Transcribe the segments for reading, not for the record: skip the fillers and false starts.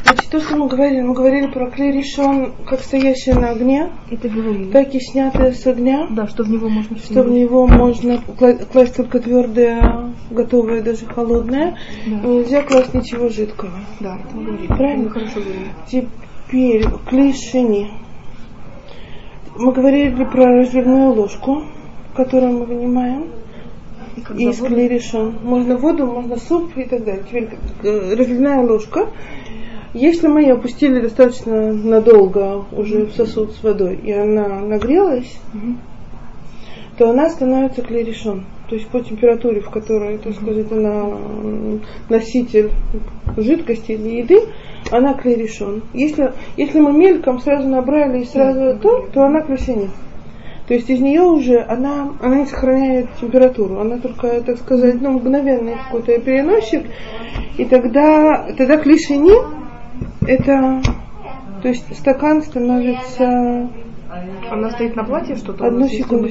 Значит, то, что мы говорили про клей ришон, как стоящее на огне, это говорили. Так и снятое с огня. Да, что в него можно в него можно класть только твердое, готовое, даже холодное. Да. Нельзя класть ничего жидкого. Да, это мы говорили. Правильно? Хорошо говорили. Теперь клей шини. Мы говорили про разливную ложку, которую мы вынимаем из клей ришон. Можно воду, можно суп и так далее. Теперь разливная ложка. Если мы ее опустили достаточно надолго уже в сосуд с водой, и она нагрелась, то она становится клей ришон. То есть по температуре, в которой, так сказать, она носитель жидкости или еды, она клей ришон. Если мы мельком сразу набрали и сразу то она клей шини. То есть из нее уже она не сохраняет температуру, она только, так сказать, мгновенный какой-то переносчик, и тогда клей шини это, то есть стакан становится... Она стоит на платье что-то? Одну секунду,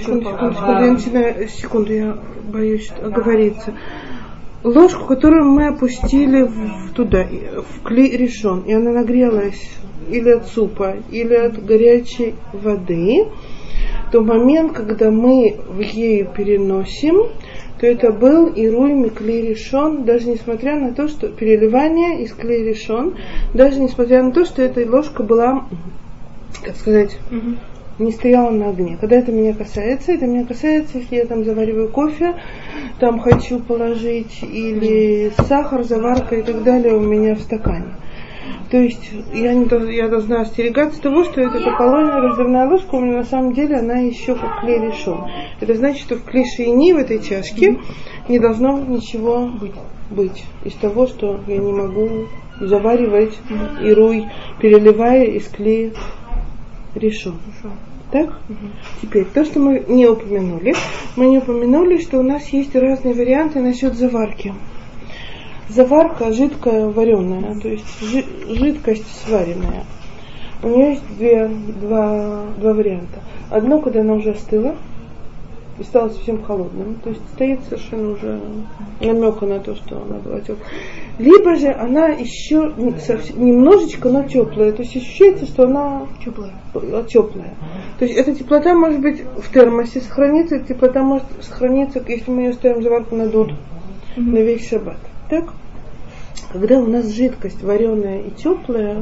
я боюсь оговориться. Ложку, которую мы опустили туда, в клей ришон, и она нагрелась или от супа, или от горячей воды, то момент, когда мы ею переносим, то это был ируй миклей ришон, даже несмотря на то, что переливание из клей ришон, даже несмотря на то, что эта ложка была, как сказать, не стояла на огне. Когда это меня касается, если я там завариваю кофе, там хочу положить или сахар, заварка и так далее у меня в стакане. То есть я должна остерегаться того, что эта полония разливная ложка у меня на самом деле она еще как клей ришон. Это значит, что в клей шини в этой чашке не должно ничего быть из того, что я не могу заваривать ируй, переливая из клея ришон. Так? Теперь, то, что мы не упомянули, что у нас есть разные варианты насчет заварки. Заварка жидкая, вареная, то есть жидкость сваренная. У нее есть два варианта. Одно, когда она уже остыла и стала совсем холодным, то есть стоит совершенно уже намека на то, что она была теплая. Либо же она еще немножечко, но теплая, то есть ощущается, что она теплая. То есть эта теплота может быть в термосе сохранится, эта теплота может сохраниться, если мы ее ставим заварку на дуд на весь шаббат. Так? Когда у нас жидкость вареная и теплая,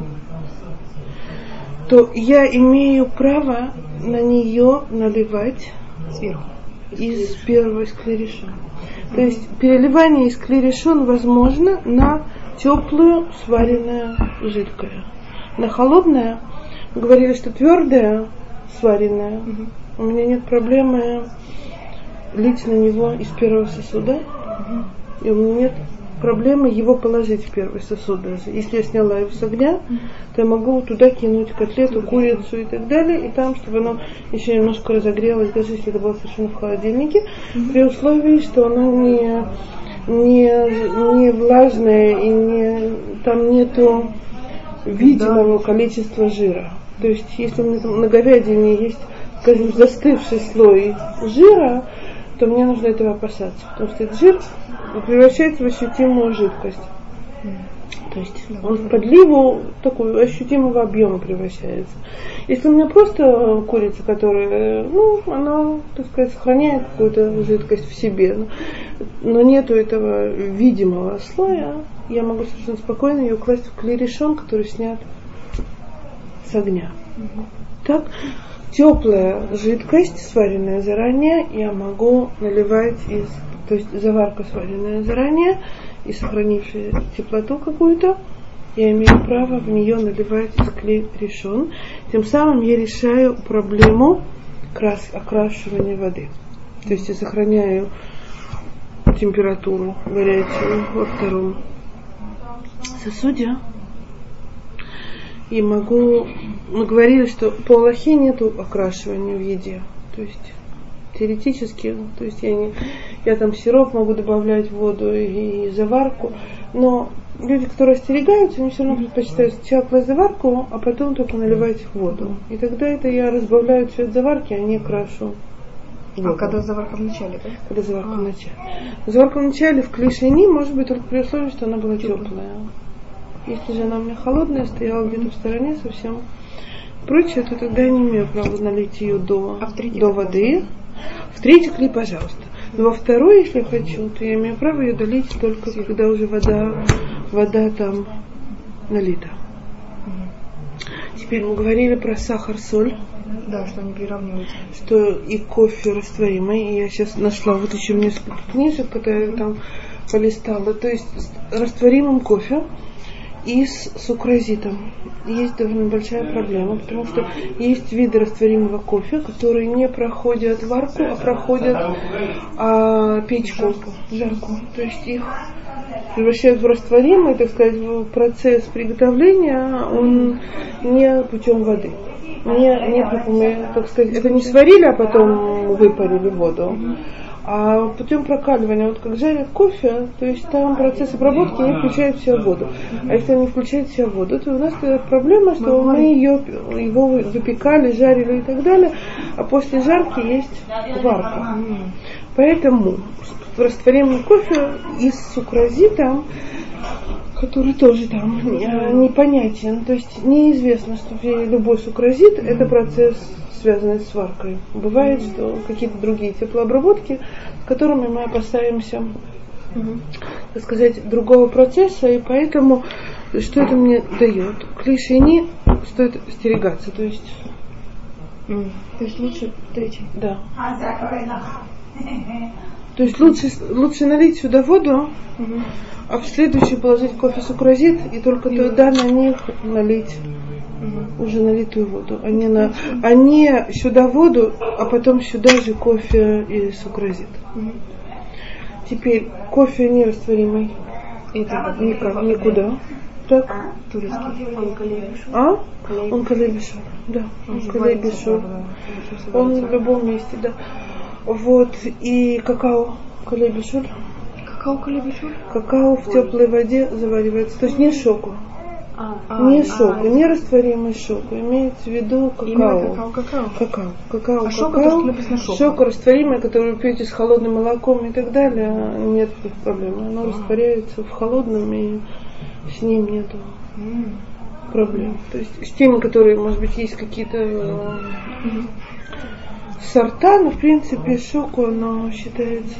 то я имею право на нее наливать сверху из клей ришон. То есть переливание из клей ришон возможно на теплую сваренное жидкое. На холодное, мы говорили, что твердое сваренное, у меня нет проблемы лить на него из первого сосуда, и у меня нет проблемы его положить в первый сосуд даже. Если я сняла его с огня, то я могу туда кинуть котлету, курицу и так далее, и там, чтобы оно еще немножко разогрелось, даже если это было совершенно в холодильнике, при условии, что оно не влажное и там нету видимого количества жира. То есть, если у меня там на говядине есть, скажем, застывший слой жира, то мне нужно этого опасаться, потому что этот жир превращается в ощутимую жидкость. То есть он в подливу такого ощутимого объема превращается. Если у меня просто курица, которая, она, так сказать, сохраняет какую-то жидкость в себе, но нету этого видимого слоя, я могу совершенно спокойно ее класть в клей ришон, который снят с огня. Так? Теплая жидкость, сваренная заранее, я могу наливать то есть заварка, сваренная заранее и сохранившая теплоту какую-то, я имею право в нее наливать из клей ришон. Тем самым я решаю проблему окрашивания воды. То есть я сохраняю температуру горячую во втором сосуде. И мы говорили, что по Алахе нету окрашивания в еде. То есть теоретически, то есть я там сироп могу добавлять в воду и заварку, но люди, которые остерегаются, они все равно предпочитают сначала класть заварку, а потом только наливать в воду. И тогда это я разбавляю цвет заварки, а не крашу воду. А когда заварка в начале, да? Когда заварка в начале. Заварка в начале в клей шини может быть только при условии, что она была теплая. Если же она у меня холодная, стояла где-то в стороне совсем прочее, то тогда я не имею права налить ее до воды. В третий клей, пожалуйста. Но во второй, если я хочу, то я имею право ее долить только когда уже вода там налита. Теперь мы говорили про сахар, соль. Да, что они приравниваются. Что и кофе растворимый. И я сейчас нашла вот еще несколько книжек, которые я там полистала. То есть с растворимым кофе и с сукразитом есть довольно большая проблема, потому что есть виды растворимого кофе, которые не проходят варку, а проходят печку, жарку. То есть их превращают в растворимый, так сказать, в процесс приготовления, он не путем воды. Так сказать, это не сварили, а потом выпарили воду. А путем прокаливания, вот как жарят кофе, то есть там процесс обработки не включает в себя воду. А если он не включает в себя воду, то у нас проблема, что мы его выпекали, жарили и так далее, а после жарки есть варка. Поэтому растворимый кофе и с сукразитом, который тоже там непонятен, то есть неизвестно, что любой сукразит это процесс, связанный с варкой. Бывает, что какие-то другие теплообработки, с которыми мы опасаемся, так сказать, другого процесса, и поэтому что это мне дает? Клишини стоит остерегаться, то есть лучше третий. Да. То есть лучше налить сюда воду, а в следующий положить кофе сукразит и только тогда на них налить уже налитую воду, а не сюда воду, а потом сюда же кофе и сукразит. Теперь кофе нерастворимый. Это никуда. Так. Турецкий. Он калебишур. Да. Он калебишур. Он в любом месте, да. Вот. И какао калебишур. Какао в теплой воде заваривается. То есть не шоку. Не шоку, не растворимый шок. Имеется в виду какао. Какао. Шок растворимый, который вы пьете с холодным молоком и так далее, нет проблем. Оно растворяется в холодном, и с ним нет проблем. То есть с теми, которые, может быть, есть какие-то сорта, но в принципе шоку оно считается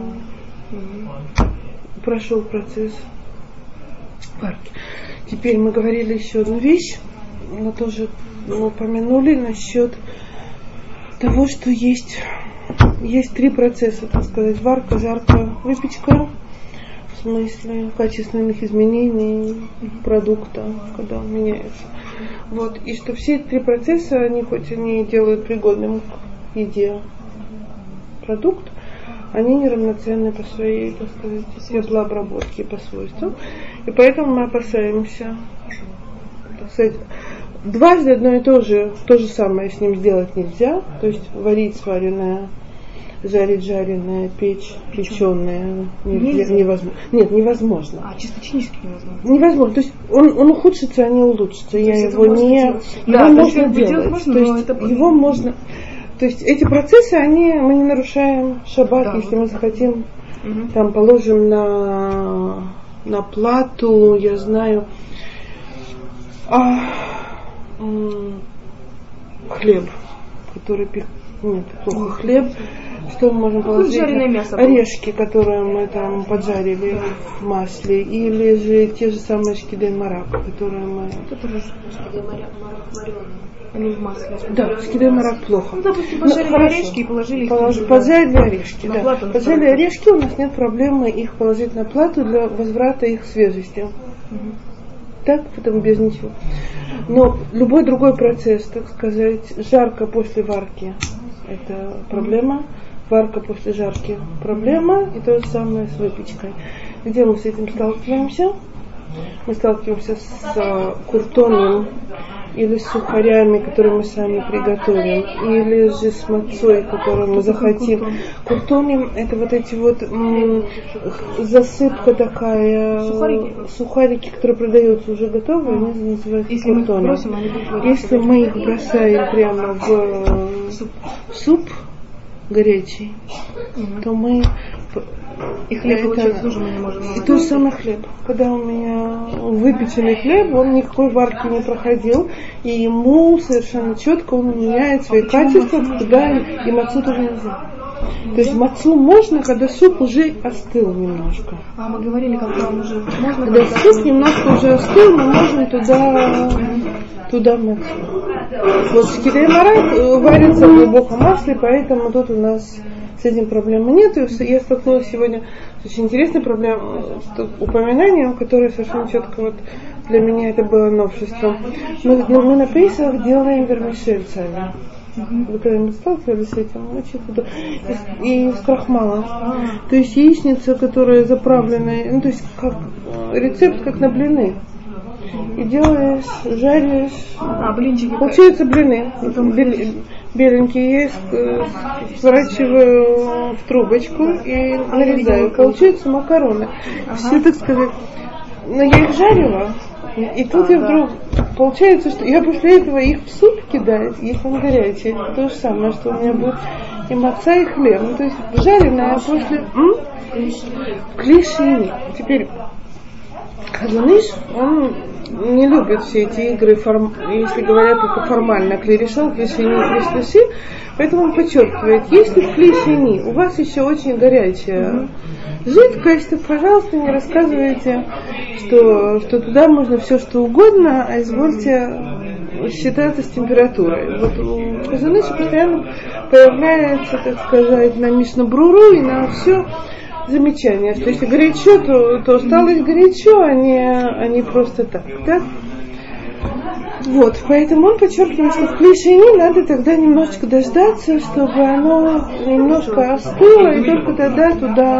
прошел процесс варки. Теперь мы говорили еще одну вещь, но тоже мы упомянули насчет того, что есть три процесса, так сказать, варка, жарка, выпечка, в смысле качественных изменений продукта, когда он меняется. Вот, и что все три процесса, они хоть они делают пригодным к еде продукт, они неравноценны по своей, так сказать, теплообработке, по свойствам. И поэтому мы опасаемся, так сказать, дважды одно и то же самое с ним сделать нельзя. То есть варить сваренное, жарить жареное, печь печеное невозможно. Нет, невозможно. Чисто технически невозможно. Невозможно. То есть он ухудшится, а не улучшится. Его можно делать. То есть его можно. То есть эти процессы, мы не нарушаем шаббат, если мы захотим, там положим на плату, я знаю, хлеб, который плохо хлеб, что мы можем положить? Жареное мясо. Орешки, которые мы там поджарили в масле, или же те же самые шкидей марак, которые мы... Шкидей марак вареные. Они в масле. Да, шкидей марак плохо. Допустим, поджарили орешки и положили их. Поджарили орешки, да. Поджарили орешки, у нас нет проблемы их положить на плату для возврата их свежести. Так, потом без ничего. Но любой другой процесс, так сказать, жарка после варки, это проблема. Варка после жарки проблема. И то же самое с выпечкой. Где мы с этим сталкиваемся? Мы сталкиваемся с куртоном или с сухарями, которые мы сами приготовим, или же с мацой, которую мы захотим. Куртоним — это вот эти вот засыпка такая, сухарики, которые продаются уже готовые, они называются куртоним. Если мы их бросаем прямо в суп горячий, то мы И хлеб, получается, тоже мы не можем. И тот же самый хлеб. Когда у меня выпеченный хлеб, он никакой варки не проходил, и ему совершенно четко он меняет свои качества, туда и мацу тоже нельзя. То есть мацу можно, когда суп уже остыл немножко. А мы говорили, когда он уже можно. Когда суп немножко уже остыл, мы можем туда мацу. Вот в Китай Марат варится в глубоком масле, поэтому тут у нас с этим проблемы нет. Я столкнулась сегодня с очень интересной проблемой, с упоминанием, которое совершенно четко вот для меня это было новшеством. Мы на Пейсах делаем вермишель сами. Вы когда-нибудь сталкивались с этим? И из крахмала. То есть яичница, которая заправленная, то есть как рецепт как на блины. И делаешь, жаришь. Блинчики. Получаются блины. Беленькие, я сворачиваю в трубочку и нарезаю. Получаются макароны. Все, так сказать. Но я их жарила. И тут я вдруг, получается, что я после этого их в суп кидаю, если он горячий. То же самое, что у меня будет и маца, и хлеб. То есть жареное после клишини. Теперь Хазаныш, он не любит все эти игры, если говорят только формально, клиришал, клишини, клиши, поэтому он подчеркивает, если в клишини у вас еще очень горячая жидкость, то, пожалуйста, не рассказывайте, что туда можно все что угодно, а извольте считаться с температурой. Вот у Хазаныша постоянно появляется, так сказать, на Мишна-Бруру и на все замечание, что если горячо, то осталось горячо, а не просто так, да? Вот, поэтому он подчеркивает, что в клишини надо тогда немножечко дождаться, чтобы оно немножко остыло, и только тогда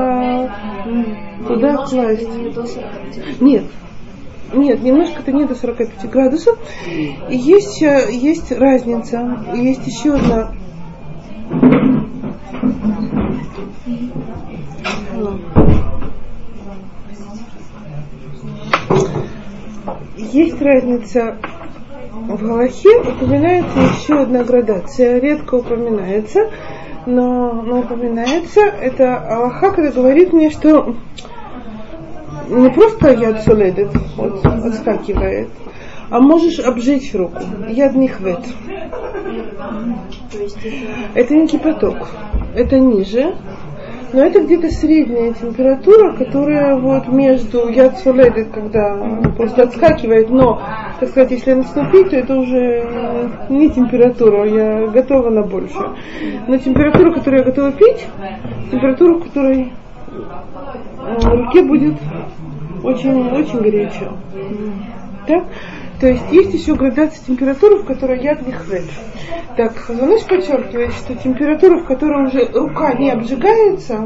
туда класть. Нет, немножко-то не до 45 градусов. И есть разница, есть еще одна. Есть разница в галахе, упоминается еще одна градация, редко упоминается, но упоминается, это алаха, когда говорит мне, что не просто яд соледет, вот, отскакивает, а можешь обжечь руку, яд нихвет. Это не кипяток, это ниже. Но это где-то средняя температура, которая вот между яд соледет, когда просто отскакивает, но, так сказать, если наступить, то это уже не температура, я готова на большее. Но температура, которую я готова пить, температура, в которой в руке будет очень горячо. Так? То есть еще градация температуры, в которой яд нихвет. Так, Хазаныш подчеркивает, что температура, в которой уже рука не обжигается,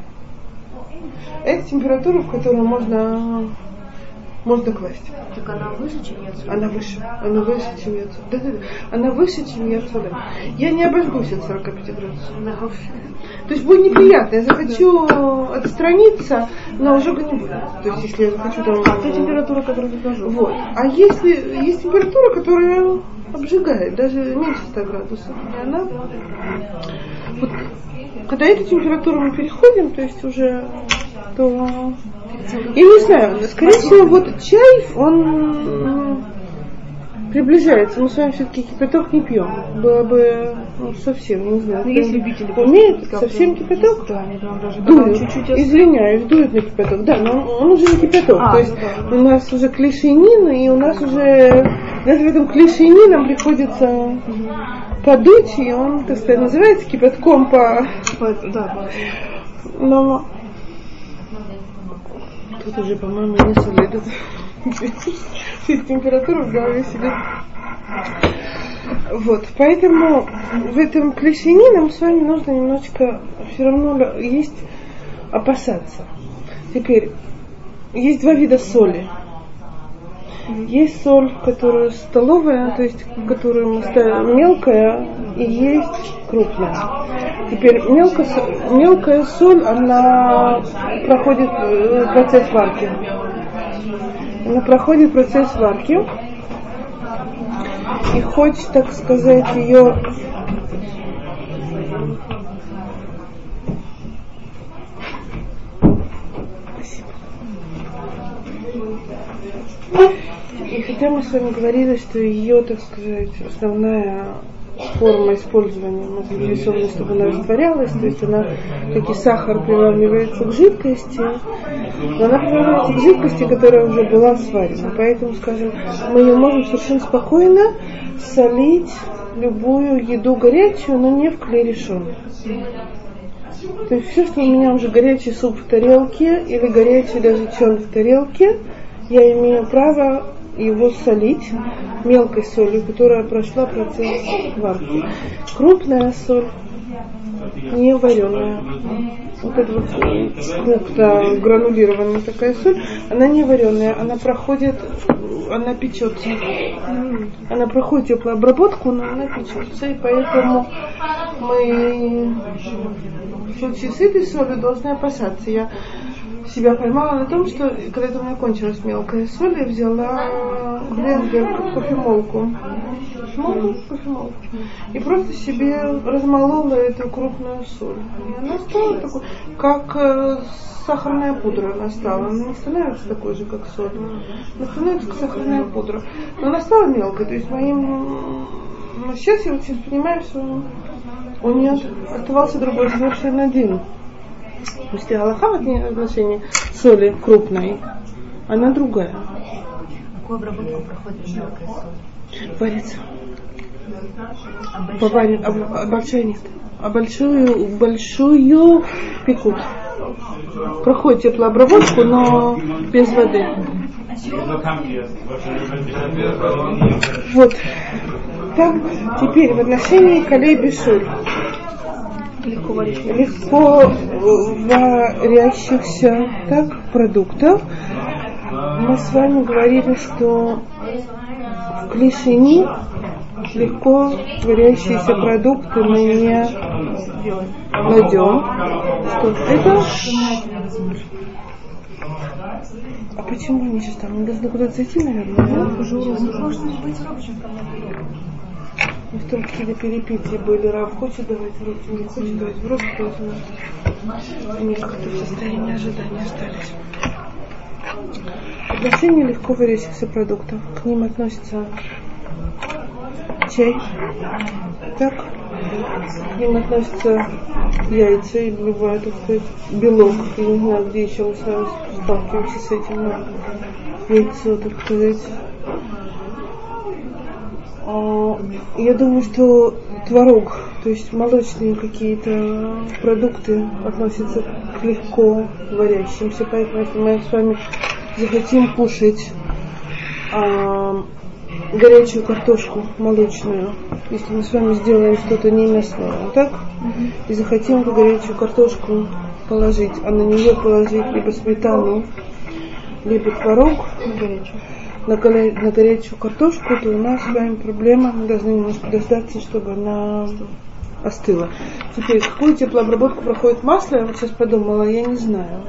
это температура, в которую можно класть. Так она выше, чем яд соледет? Она выше, чем яд соледет. Да. Она выше, чем яд соледет. Я не обожгусь от 45 градусов. То есть будет неприятно. Я захочу отстраниться, но ожога не будет. То есть если я захочу там... Это температура, которую я скажу. Вот. А если есть температура, которая обжигает, даже меньше 100 градусов. И она... Вот, когда эту температуру мы переходим, то есть уже... то... Я не знаю, скорее всего, вот чай, он приближается. Мы с вами все-таки кипяток не пьем. Было бы совсем, не знаю. Но есть любители. Умеет совсем кипяток? Да, даже дует. Извиняюсь, дует на кипяток. Да, но он уже не кипяток. То есть у нас уже клишинин, и у нас уже даже в этом клишине нам приходится подуть, и он, так сказать, называется кипятком но тут уже, по-моему, не солидно. Температура в голове сидит. Вот, поэтому в этом клишине нам с вами нужно немножечко все равно есть опасаться. Теперь, есть два вида соли. Есть соль, которая столовая, то есть которую мы ставим мелкая, и есть крупная. Теперь мелкая соль, она проходит процесс варки. И хоть, так сказать, ее И хотя мы с вами говорили, что ее, так сказать, основная форма использования маслянисольной, чтобы она растворялась, то есть она, как и сахар, приравнивается к жидкости, но она приравнивается к жидкости, которая уже была сварена. Поэтому, скажем, мы ее можем совершенно спокойно солить любую еду горячую, но не в клей-решон. То есть все, что у меня уже горячий суп в тарелке или горячий даже чан в тарелке, я имею право его солить мелкой солью, которая прошла процесс варки. Крупная соль, не вареная. Вот эта вот крупная гранулированная такая соль, она не вареная, она проходит, она печется. Она проходит теплую обработку, но она печется. И поэтому мы в случае с этой солью должны опасаться. Я себя поймала на том, что когда это у меня кончилась мелкая соль, я взяла блендер, кофемолку, и просто себе размолола эту крупную соль. И она стала такой, как сахарная пудра она стала. Она не становится такой же, как соль. Она становится как сахарная пудра. Но она стала мелкой. То есть но сейчас я вот сейчас понимаю, что у нее оставался другой совершенно день. Если галаха в отношении соли крупной, она другая. Какую обработку проходит мелкая соль? Варится. Большая нет. А большую пекут. Проходит теплообработку, но без воды. Вот. Так, теперь в отношении калей-бишуль. Легко варящихся так, продуктов. Мы с вами говорили, что в клишини легко варящиеся продукты мы не кладем. Что это? А почему они сейчас там? Они должны куда-то зайти, наверное, да? У нас там какие-то перепития были. Рав хочет давать в руки, не хочет давать в руки, поэтому они как-то в состоянии ожидания остались. Отношение легко варящихся продуктов. К ним относится чай. Так. К ним относятся яйца и любая, так сказать, белок. Я не знаю, где еще мы с вами сталкиваемся с этим. Но яйцо, так сказать. Я думаю, что творог, то есть молочные какие-то продукты относятся к легко варящимся. Поэтому если мы с вами захотим кушать горячую картошку молочную, если мы с вами сделаем что-то не мясное, так? И захотим эту горячую картошку положить, а на нее положить либо сметану, либо творог на горячую картошку, то у нас с вами проблема, мы должны немножко дождаться, чтобы она остыла. Теперь, какую теплообработку проходит масло, я вот сейчас подумала, я не знаю.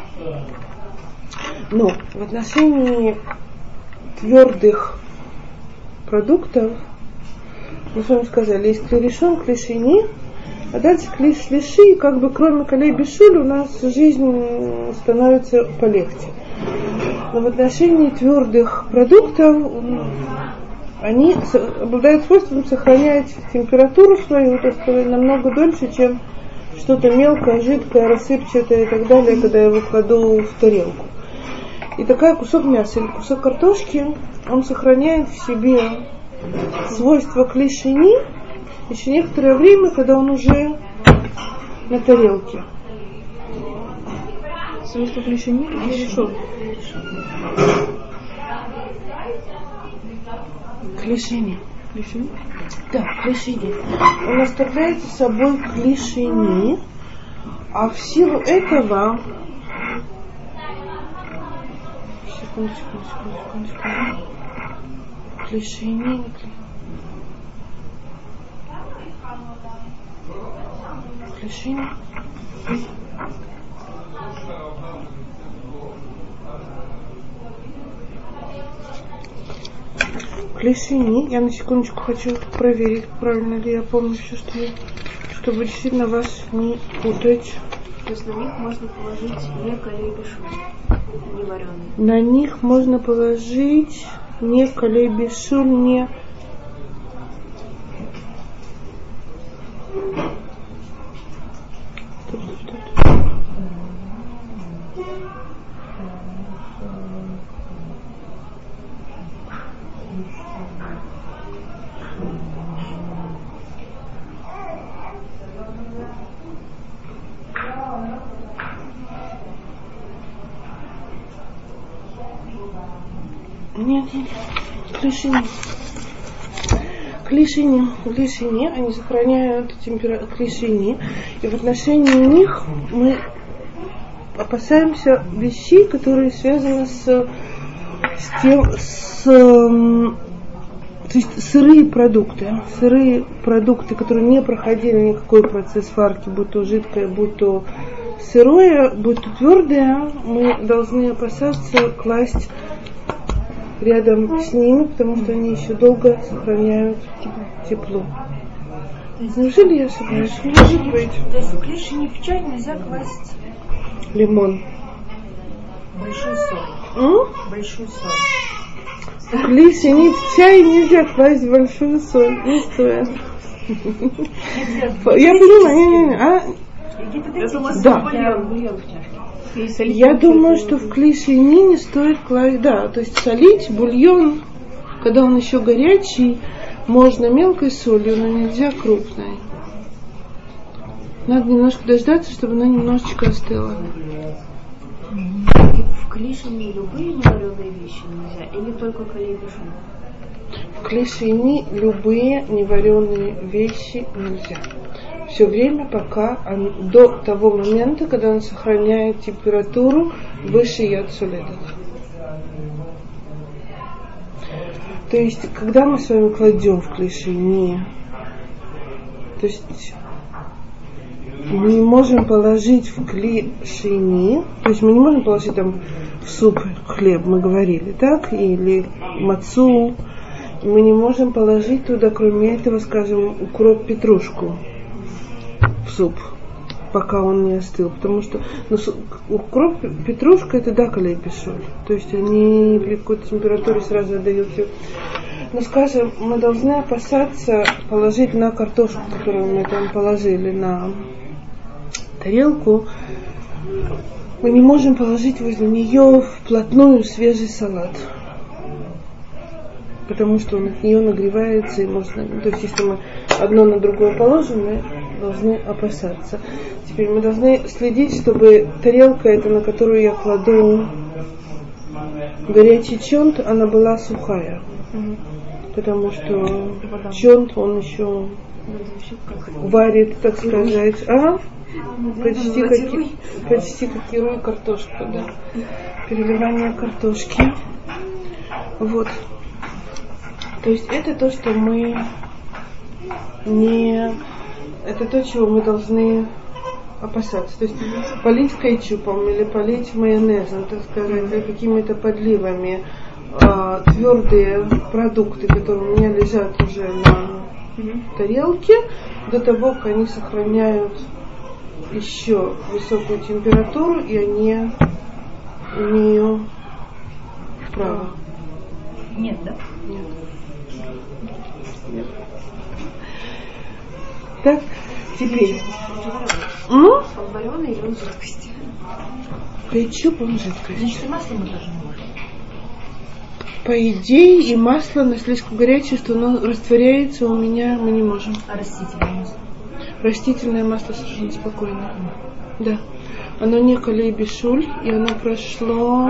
Но в отношении твердых продуктов, мы с вами сказали, есть клей-решон, клей-шини, а дальше клей-шлиши, как бы кроме калей-бишуль у нас жизнь становится полегче. Но в отношении твердых продуктов они обладают свойством сохранять температуру свою, так сказать, намного дольше, чем что-то мелкое, жидкое, рассыпчатое и так далее, когда я его кладу в тарелку. И такой кусок мяса или кусок картошки, он сохраняет в себе свойства клей-шини еще некоторое время, когда он уже на тарелке. Свойства клей-шини или клей-решон? Клей-шини. Клей-шини? Да, клей-шини. Он оставляет за собой клей-шини, а в силу этого... Секундочку. Клей-шини. Клей-шини. Клей-шини. Я на секундочку хочу проверить, правильно ли я помню все, чтобы действительно вас не путать. То есть на них можно положить не калей-бишуль. Не вареные. На них можно положить не калей бишуль, не Нет, клишини, они сохраняют клишини, и в отношении них мы опасаемся вещей, которые связаны то есть сырые продукты, которые не проходили никакой процесс варки, будь то жидкое, будь то сырое, будь то твердое, мы должны опасаться класть рядом с ними, потому что они еще долго сохраняют тепло. Неужели я ошибаюсь? Не может быть. То есть в клишини в чай нельзя класть лимон. Большую соль. Большую соль. В клишини в чай нельзя класть большую соль. Не стоит. Я понимаю. Да. Я думаю, что в клишини не стоит класть, то есть солить бульон, когда он еще горячий, можно мелкой солью, но нельзя крупной. Надо немножко дождаться, чтобы она немножечко остыла. В клишини любые невареные вещи нельзя или только калей бишуль? В клишини любые невареные вещи нельзя. Все время, до того момента, когда он сохраняет температуру выше яд соледет. То есть, когда мы с вами кладем в клишини, то есть мы не можем положить в клишини, то есть мы не можем положить там в суп хлеб, мы говорили, так, или мацу, мы не можем положить туда, кроме этого, скажем, укроп, петрушку в суп, пока он не остыл, потому что укроп, петрушка это калей бишуль, то есть они при какой-то температуре сразу отдают все. Но, скажем, мы должны опасаться положить на картошку, которую мы там положили на тарелку, мы не можем положить возле нее вплотную свежий салат, потому что он от нее нагревается и можно, то есть если мы одно на другое положим, мы должны опасаться. Теперь мы должны следить, чтобы тарелка эта, на которую я кладу горячий чонт, она была сухая, потому что чонт он еще варит, так сказать, почти как герой картошку, да. Переливание картошки. Вот. То есть это то, что мы не... Это то, чего мы должны опасаться. То есть полить кетчупом или полить майонезом, так сказать, или какими-то подливами твердые продукты, которые у меня лежат уже на тарелке, до того, как они сохраняют еще высокую температуру, и они имеют право. Нет, да? Нет. Так, теперь. Он вареный или он жидкость? Кетчуп, он жидкость. Значит, и масло мы тоже не можем. По идее, и масло, оно слишком горячее, что оно растворяется у меня, мы не можем. А растительное масло? Растительное масло совершенно спокойно. Да. Оно не калей бишуль, и оно прошло...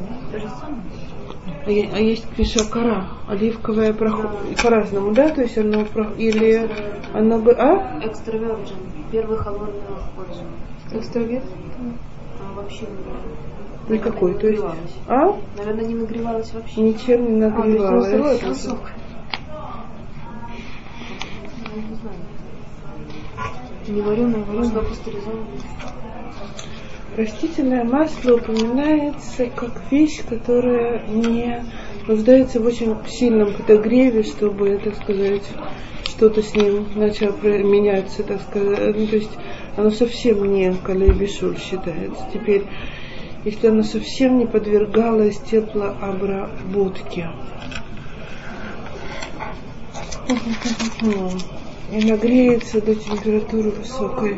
А есть квишакара, оливковое по-разному, да? То есть оно или оно бы... Экстравержен, первый холодный пользу. Экстравержен? Вообще никакой, то есть... Наверное, не нагревалась вообще. Ничем не нагревалась. Не знаю. Не вареное, масло пастеризованное. Растительное масло упоминается как вещь, которая не нуждается в очень сильном подогреве, чтобы, так сказать, что-то с ним начало меняться, так сказать. То есть оно совсем не калей бишуль считается. Теперь, если она совсем не подвергалась теплообработке. И нагреется до температуры высокой.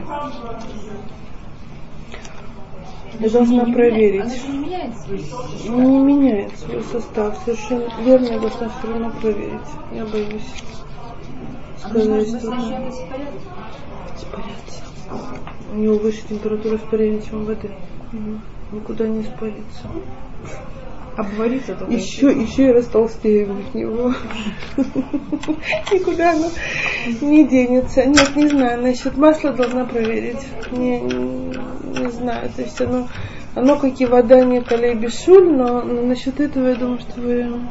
Я должна проверить. Она же не меняет свой состав. Не меняет свой состав. Совершенно верно, я должна все равно проверить. Я боюсь сказать, что испаряться. У него выше температура испарения, чем воды. Никуда не испарится. Обварится только. Еще и растолстеем от него. Никуда оно не денется. Нет, не знаю. Насчет масла должна проверить. Не знаю. То есть оно как и вода, не калей бишуль, но насчет этого я думаю, что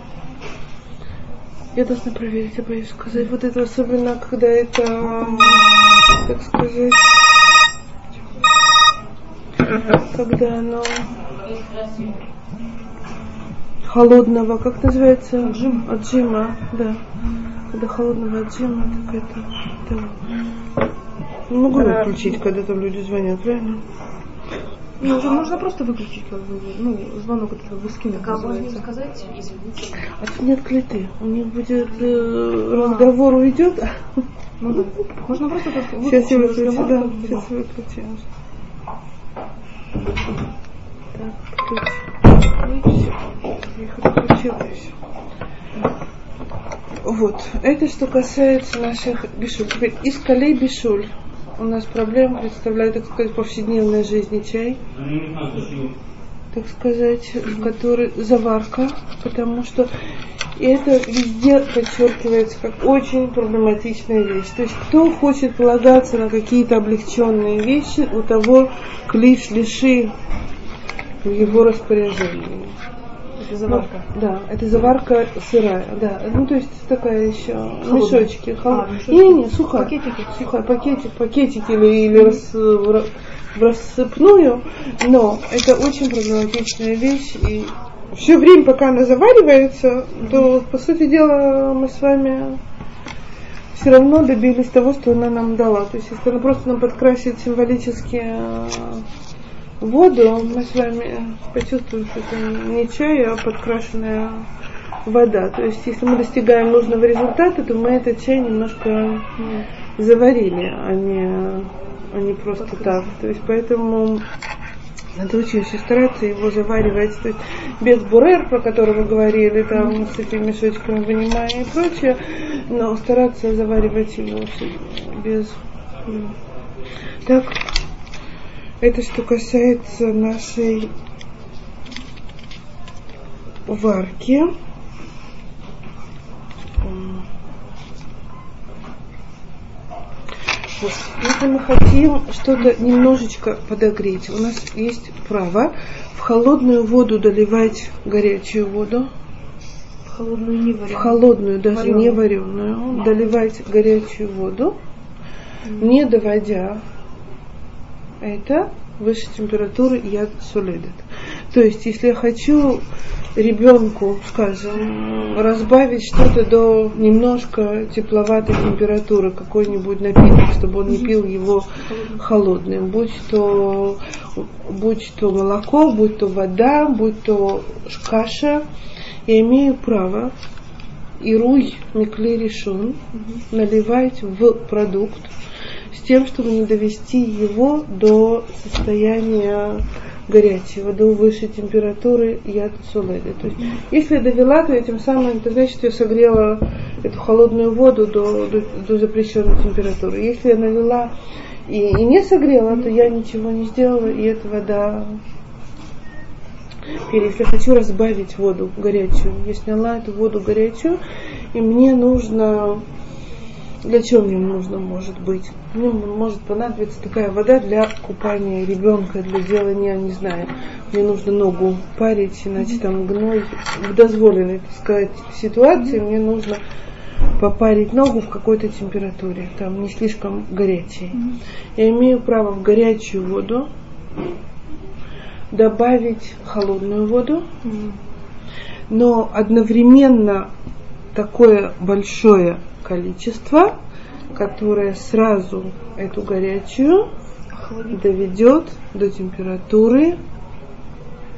я должна проверить, я боюсь сказать. Вот это особенно, когда это, как сказать, когда оно холодного, как называется? Отжима, да. Когда холодного отжима, так это не могу выключить, когда там люди звонят, правильно? Ну, уже можно просто выключить, как бы, звонок, который вы скинете. А можно им сказать, извините. А тут нет клеты. У них будет разговор уйдет. Ну да. Можно просто выключить. Сейчас я выключу, да. Сейчас я выключу. Так, ключ. Я их отключила еще. Вот. Это что касается наших бишуль. Теперь из калей бишуль. У нас проблема представляет, так сказать, повседневной жизни чай, так сказать, в которой заварка, потому что это везде подчеркивается как очень проблематичная вещь. То есть кто хочет полагаться на какие-то облегченные вещи, у того клиш лиши в его распоряжении. Это заварка. Да, это заварка сырая, да. Ну, то есть такая еще мешочки. Мешочки. Не, сухая. Пакетики. Сухая, пакетик или в рассыпную, но это очень проблематичная вещь, и все время, пока она заваривается, то, по сути дела, мы с вами все равно добились того, что она нам дала. То есть, если она просто нам подкрасит символически воду, мы с вами почувствуем, что это не чай, а подкрашенная вода. То есть, если мы достигаем нужного результата, то мы этот чай немножко заварили, а не просто так. То есть, поэтому надо очень стараться его заваривать. То есть, без бурер, про который мы говорили, там, с этими мешочками вынимая и прочее, но стараться заваривать его без... Так... Это что касается нашей варки. Вот. Если мы хотим что-то немножечко подогреть, у нас есть право в холодную воду доливать горячую воду. В холодную не вареную. В холодную, даже не вареную, доливать горячую воду, не доводя это выше температуры яд соледет. То есть, если я хочу ребенку, скажем, разбавить что-то до немножко тепловатой температуры, какой-нибудь напиток, чтобы он не пил его холодным, будь то молоко, будь то вода, будь то каша, я имею право ируй микли решон наливать в продукт, с тем, чтобы не довести его до состояния горячего, до высшей температуры яд соледы. То есть, если я довела, то этим самым, это значит, что я согрела эту холодную воду до запрещенной температуры. Если я навела и не согрела, то я ничего не сделала, и эта вода... Теперь, если я хочу разбавить воду горячую, я сняла эту воду горячую, и мне нужно... Для чего мне нужно, может быть? Мне может понадобиться такая вода для купания ребенка, для делания, не знаю, мне нужно ногу парить, иначе там гной. В дозволенной, так сказать, ситуации мне нужно попарить ногу в какой-то температуре, там не слишком горячей. Я имею право в горячую воду добавить холодную воду, но одновременно такое большое количество, которое сразу эту горячую доведет до температуры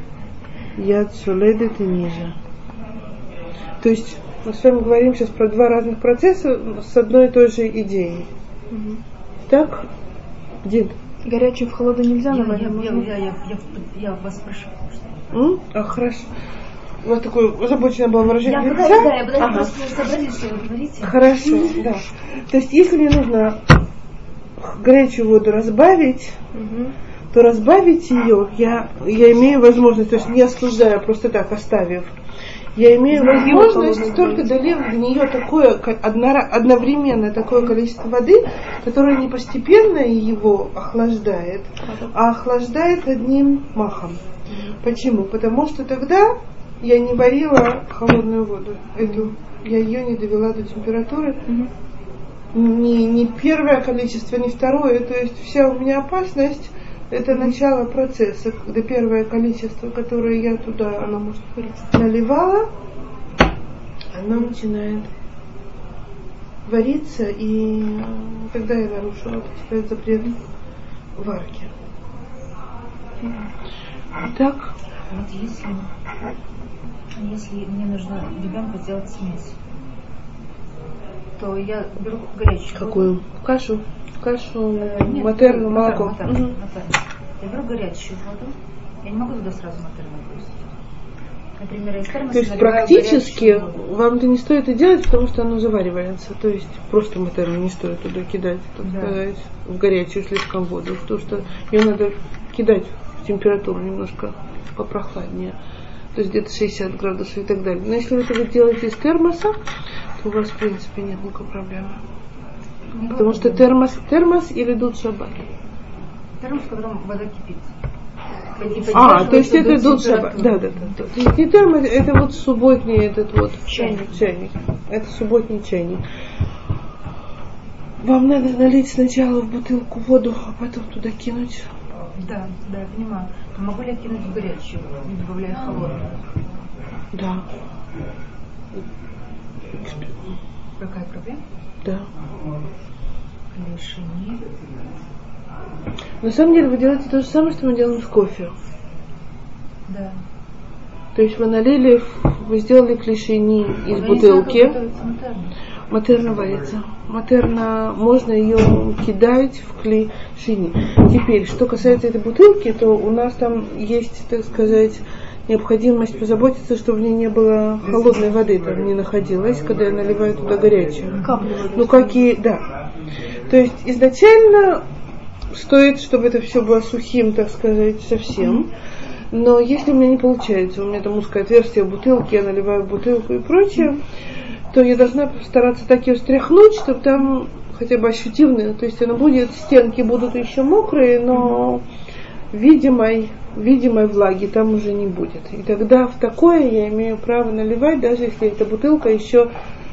яд шоледет и ниже. То есть мы с вами говорим сейчас про два разных процесса с одной и той же идеей. Угу. Так? Дин? Горячую в холодную нельзя наварить? Я вас прошу. Хорошо. У вас такое озабоченное было выражение лица? Я просто сообразить, что вы говорите. Хорошо, да. То есть, если мне нужно горячую воду разбавить, то разбавить ее я имею возможность, то есть не остуждая, просто так оставив, я имею возможность только долив в нее такое одновременно такое количество воды, которое не постепенно его охлаждает, а охлаждает одним махом. Почему? Потому что тогда я не варила холодную воду. Я ее не довела до температуры. Ни первое количество, ни второе. То есть вся у меня опасность это начало процесса, когда первое количество, которое я туда наливала, оно начинает вариться, и тогда я нарушила этот запрет варки. Так. Вот если мне нужно ребенку сделать смесь, то я беру горячую. Какую? Воду. Кашу, матерну, молоко. Матерну. Я беру горячую воду. Я не могу туда сразу матерную бросить. Например, из термоса. То есть практически вам-то не стоит это делать, потому что оно заваривается. То есть просто матерну не стоит туда кидать, так сказать, в горячую слишком воду, потому что ее надо кидать в температуру немножко попрохладнее. То есть где-то 60 градусов и так далее. Но если вы это делаете из термоса, то у вас в принципе нет никакой проблемы. Потому что термос или дуд шаббат? Термос, в котором вода кипит. То есть это дуд шаббат. Да. То есть не термос, это вот субботний этот вот чайник. Это субботний чайник. Вам надо налить сначала в бутылку воду, а потом туда кинуть. Да, я понимаю. Но могу ли я кинуть в горячую, не добавляя холодную? Да. Какая проблема? Да. Клешини. На самом деле вы делаете то же самое, что мы делаем с кофе. Да. То есть вы налили, вы сделали клешини из бутылки. Матерна варится. Матерна, можно ее кидать в клешини. Теперь, что касается этой бутылки, то у нас там есть, так сказать, необходимость позаботиться, чтобы в ней не было холодной воды, там не находилось, когда я наливаю туда горячую. Да. То есть изначально стоит, чтобы это все было сухим, так сказать, совсем. Но если у меня не получается, у меня там узкое отверстие в бутылке, я наливаю в бутылку и прочее, то я должна постараться так ее стряхнуть, чтобы там хотя бы ощутивно, то есть она будет, стенки будут еще мокрые, но видимой влаги там уже не будет. И тогда в такое я имею право наливать, даже если эта бутылка еще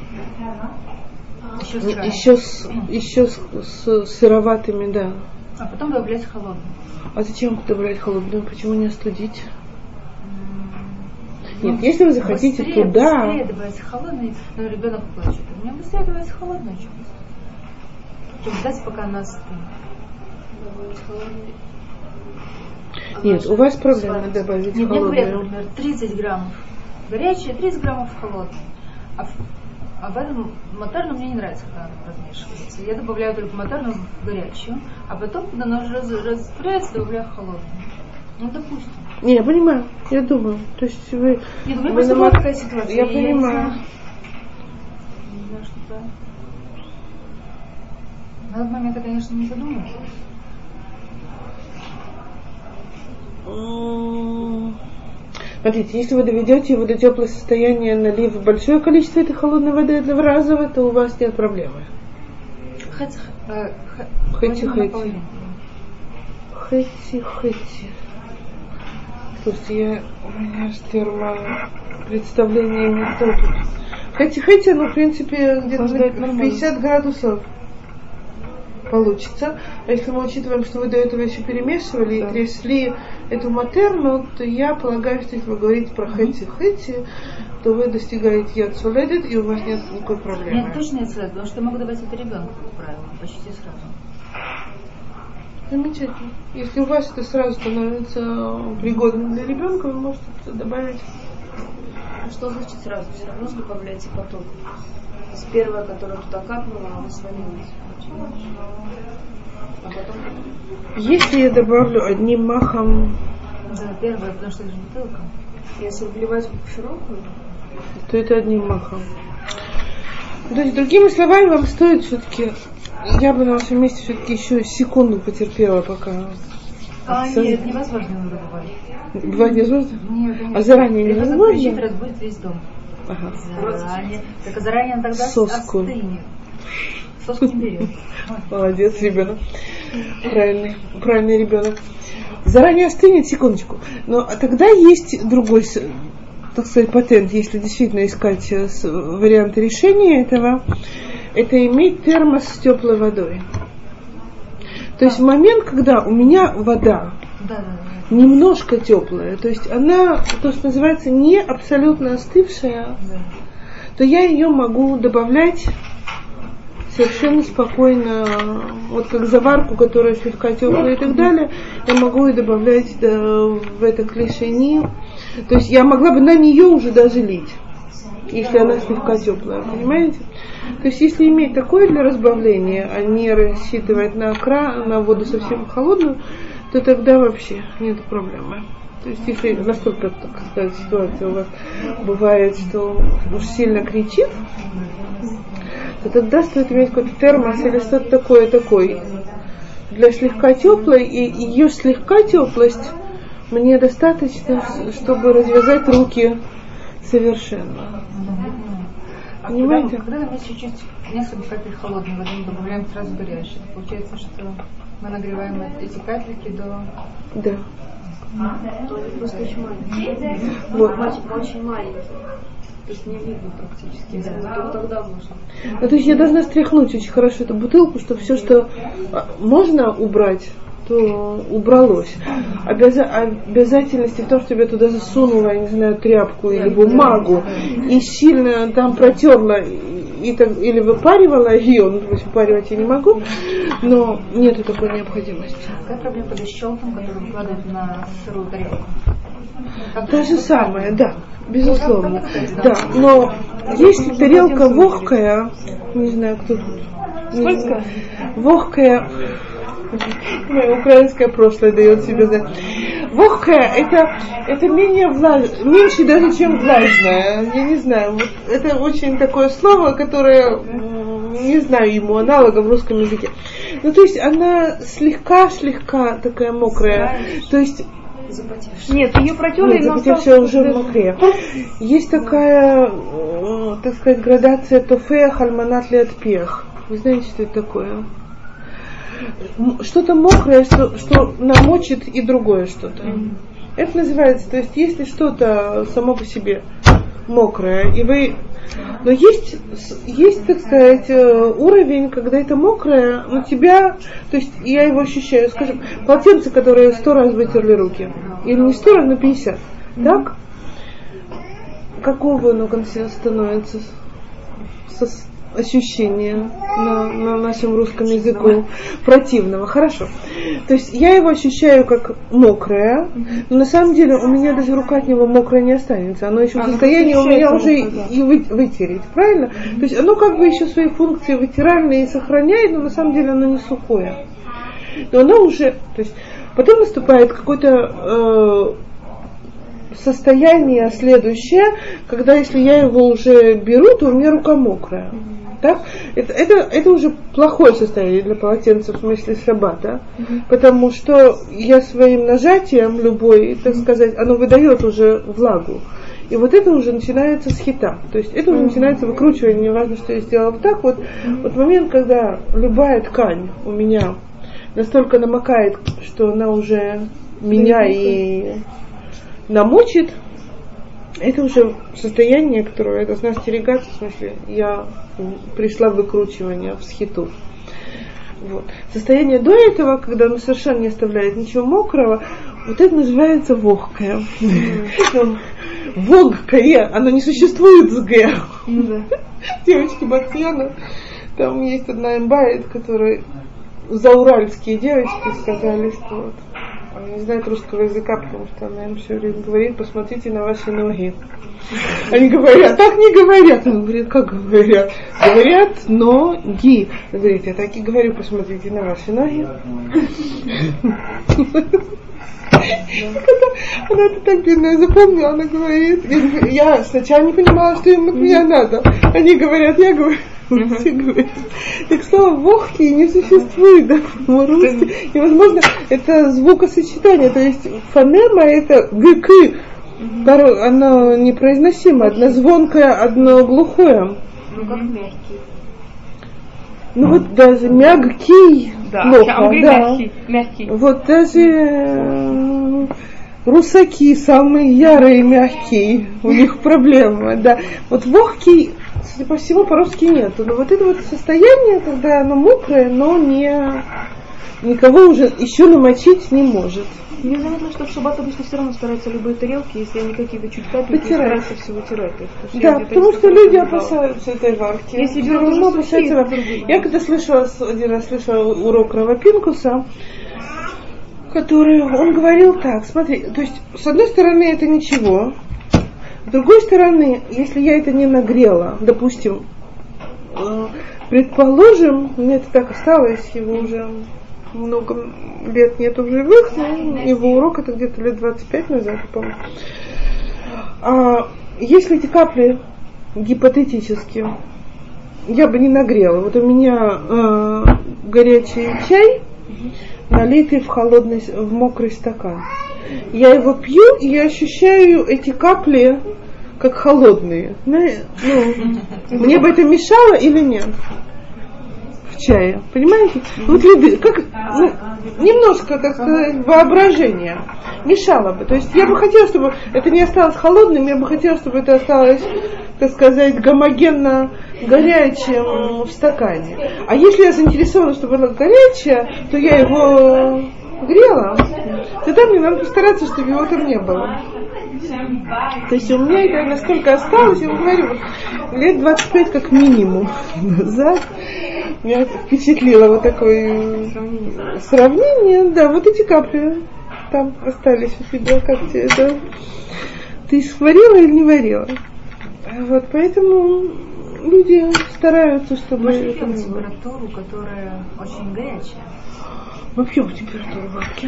с сыроватыми, да. А потом добавлять холодную. А зачем добавлять холодную? Почему не остудить? Нет, если вы захотите туда... Быстрее добавить холодную, но ребенок плачет. У меня быстрее добавить холодную, чем ждать, пока она остынет. Нет, у вас проблема добавить холодную. Мне говорят, например, 30 граммов горячая, 30 граммов холодной. А в этом матерну мне не нравится, когда она размешивается. Я добавляю только матерну в горячую, а потом, когда она уже растворяется, добавляю холодную. Ну, допустим. Не, я понимаю, я думаю. То есть вы... Нет, у меня просто была такая ситуация. Я понимаю. Не знаю, что это. На этот момент я, конечно, не задумалась. Смотрите, если вы доведете его до теплого состояния, налив большое количество этой холодной воды одноразово, то у вас нет проблемы. Хэти. Слушайте, у меня с термопредставлениями кто тут? Хэти, ну, в принципе, где-то 50 градусов получится. А если мы учитываем, что вы до этого еще перемешивали и трясли эту матерну, то я полагаю, что если вы говорите про хэти, то вы достигаете яд соледит, и у вас нет никакой проблемы. Нет, точно яд соледит, потому что я могу давать это ребенку, как правило, почти сразу. Замечательно. Если у вас это сразу становится пригодным для ребенка, вы можете это добавить. А что значит сразу? Все равно добавляйте поток. То есть первое, которое туда капнуло, оно свалилось. А потом... Если я добавлю одним махом... Да, первое, потому что это же бутылка. Если вливать в широкую, то это одним махом. То есть, другими словами, вам стоит все-таки... Я бы на вашем месте все-таки еще секунду потерпела, пока... Нет, невозможно его добавить. Бывает невозможно? Нет, конечно. А заранее невозможно? Кричит, разбудит весь дом. Ага. Заранее. Так заранее он тогда Соску. остынет. Соску не берет. Молодец, ребенок. Правильный ребенок. Заранее остынет, секундочку. Но тогда есть другой, так сказать, патент, если действительно искать варианты решения этого, это иметь термос с теплой водой. То есть в момент, когда у меня вода немножко теплая, то есть она, то, что называется, не абсолютно остывшая, то я ее могу добавлять совершенно спокойно, вот как заварку, которая слегка теплая и так далее, я могу и добавлять в это клишени. То есть я могла бы на нее уже даже лить, если она слегка теплая, понимаете? То есть если иметь такое для разбавления, а не рассчитывать на воду совсем холодную, то тогда вообще нет проблемы. То есть если настолько, так сказать, ситуация у вас бывает, что уж сильно кричит, то тогда стоит иметь какой-то термос или что-то такое для слегка теплой, и ее слегка теплость мне достаточно, чтобы развязать руки совершенно. Понимаете? Когда мы чуть-чуть несколько капель холодной воды мы добавляем сразу горячей, получается, что мы нагреваем эти капельки до... Да. то они просто очень маленькие. Вот. Очень маленькие. То есть не видно практически. Только тогда можно. То есть я должна стряхнуть очень хорошо эту бутылку, чтобы все, что можно убрать, то убралось. Обязательности в том, чтобы я туда засунула, я не знаю, тряпку или бумагу и сильно там протерла или выпаривала ее, ну, то есть выпаривать я не могу, но нету такой необходимости. Какая проблема под щелком, который выкладывают на сырую тарелку? То же самое, да, безусловно. Да, но если тарелка вогкая, не знаю, кто тут. Сколько? Вогкая. Мое украинское прошлое дает себе знать. Вогкая это меньше даже, чем влажная. Я не знаю. Вот это очень такое слово, которое не знаю ему аналога в русском языке. Ну, то есть она слегка такая мокрая. То есть нет, ее протерли, но запотевшая уже мокрее. Есть такая, так сказать, градация тофех альманат леатпех. Вы знаете, что это такое? Что-то мокрое, что намочит, и другое что-то. Это называется, то есть если что-то само по себе мокрое, и вы... Но есть, так сказать, уровень, когда это мокрое, но тебя, то есть я его ощущаю, скажем, полотенце, которое 100 раз вытерли руки, или не 100 раз, но 50, так? Какого оно становится ощущение на нашем русском языку противного, хорошо. То есть я его ощущаю как мокрое, но на самом деле у меня даже рука от него мокрая не останется. Оно еще в состоянии у меня уже и вытереть, правильно? То есть оно как бы еще свои функции вытиральные сохраняет, но на самом деле оно не сухое. Но оно уже, то есть потом наступает какой-то состояние следующее, когда если я его уже беру, то у меня рука мокрая. Так? Это уже плохое состояние для полотенца в смысле шаббата, потому что я своим нажатием любой, так сказать, оно выдает уже влагу. И вот это уже начинается схита. То есть это уже начинается выкручивание, неважно, что я сделала так. Вот момент, когда любая ткань у меня настолько намокает, что она уже меня и намочит, это уже состояние, которое я должна остерегаться, в смысле, я пришла в выкручивание, в схиту. Вот. Состояние до этого, когда оно совершенно не оставляет ничего мокрого, вот это называется вогкое. Вогкое, оно не существует с г. Девочки Бакьяна, там есть одна имбайт, которая зауральские девочки сказали, что вот, они не знают русского языка, потому что она им все время говорит, посмотрите на ваши ноги. Они говорят, так не говорят. Он говорит, как говорят? Говорят ноги. Он говорит, я так и говорю, посмотрите на ваши ноги. Она это так бедная запомнила, она говорит, я сначала не понимала, что им от меня надо. Они говорят, я говорю, все говорят. Так слово вохки не существует, да, по-русски. И, возможно, это звукосочетание, то есть фонема это гк. Порой оно непроизносимо, одно звонкое, одно глухое. Ну как мягкий. Ну вот даже мягкий, да, плохо, да. мягкий. Вот даже русаки самые ярые, мягкие, у них проблема, да. Вот вогкий, судя по всему, по-русски нету. Но вот это вот состояние, когда оно мокрое, но никого уже еще намочить не может. Мне заметно, что в шаббат обычно все равно стараются любые тарелки, если они какие-то чуть капельки, стараются все вытирать. Да, потому что люди опасаются этой варки. Если берут уже сухие, я когда один раз слышала урок Рава Пинкуса, который он говорил так, смотри, то есть с одной стороны это ничего, с другой стороны, если я это не нагрела, допустим, предположим, мне это так осталось, его уже много лет нет в живых, его урок это где-то лет 25 назад, я помню. Если эти капли гипотетически я бы не нагрела, вот у меня горячий чай, налитый в мокрый стакан, я его пью и я ощущаю эти капли как холодные. Мне бы это мешало или нет? Чая, понимаете? Вот люди, немножко, так сказать, воображение мешало бы. То есть я бы хотела, чтобы это не осталось холодным, я бы хотела, чтобы это осталось, так сказать, гомогенно горячим в стакане. А если я заинтересована, чтобы оно горячее, то я его грела, тогда мне надо постараться, чтобы его там не было. То есть у меня это настолько осталось, я вам говорю, лет 25 как минимум назад меня впечатлило вот такое сравнение. Да, вот эти капли там остались у тебя, как тебе это? Ты сварила или не варила? Вот, поэтому люди стараются, чтобы... Мы пьем температуру, которая очень горячая. Мы пьем температуру варки.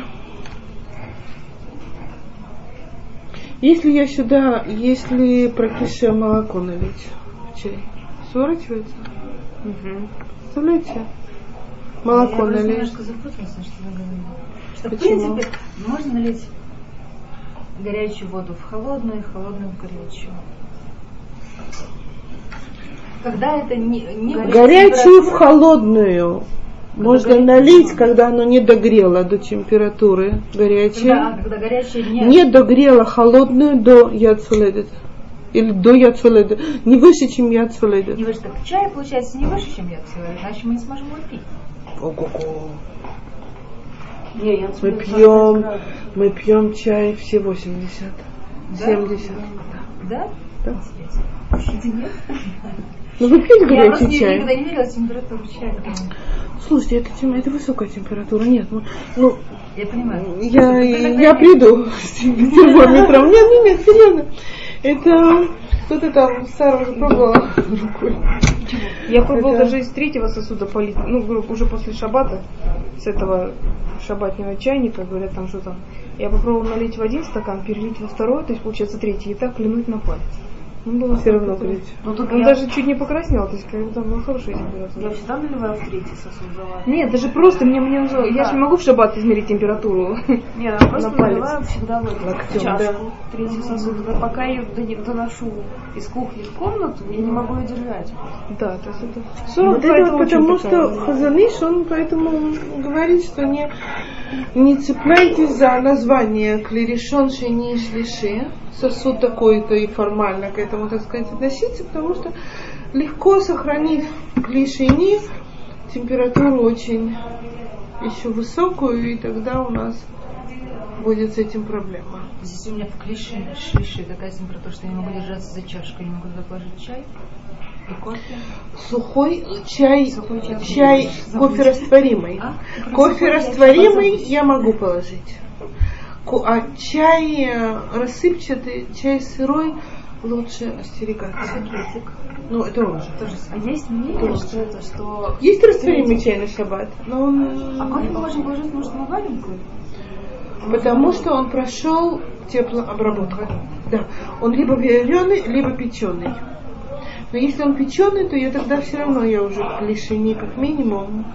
Если прокисшее молоко налить в чай, сворачивается? Угу. Представляете? Молоко налить. Я немножко запуталась, что вы говорили. Что, в принципе, можно налить горячую воду в холодную и холодную в горячую. Когда это не горячую в холодную можно налить, когда оно не догрело до температуры горячей. Да, когда горячее не догрело холодную до яд-соледет. Или до яд-соледет. Не выше, чем яд-соледет. Не выше, так чай получается не выше, чем яд-соледет, иначе мы не сможем его пить. Ого-го. Мы пьем чай все 80. Да? 70. Да? Да. Нет? Ну вы пьете горячий чай? Я никогда не мерила температуру чая. Слушайте, это высокая температура. Нет, я понимаю. Я приду с термометром. Нет, серьезно. Это кто-то там Сара уже пробовала рукой. Я пробовала даже из третьего сосуда полить, уже после шаббата, с этого шаббатного чайника, говорят, там что там. Я попробовала налить в один стакан, перелить во второй, то есть получается третий, и так клянуть на палец. Было все равно горячо. Он даже чуть не покраснел, то есть там была хорошая температура. Я всегда наливаю в третий сосуд завариваю. Нет, даже просто мне нужно. Я же не могу в шаббат измерить температуру. Нет, я просто наливаю всегда в чашку третий сосуд. Пока я ее доношу из кухни в комнату, я не могу ее держать. Да, то есть это 40, вот это потому что Хазаныш, он поэтому говорит, что не цепляйтесь за название клиришон шени шлиши, сосуд такой-то и формально к этому, так сказать, относиться, потому что легко сохранить в клишини температуру очень еще высокую, и тогда у нас будет с этим проблема. Здесь у меня в клиши такая температура, что я не могу держаться за чашку, я не могу туда положить чай. Сухой чай, кофе растворимый. Кофе растворимый я могу положить. А чай рассыпчатый, чай сырой лучше остерегаться. Ну, это он же. А есть мнение, что есть растворимый чай на шаббат, но он... А кофе можно положить, может, на валенку? Потому что он прошел теплообработку. Да. Он либо вареный, либо печеный. Но если он печеный, то я тогда все равно я уже в лишении как минимум.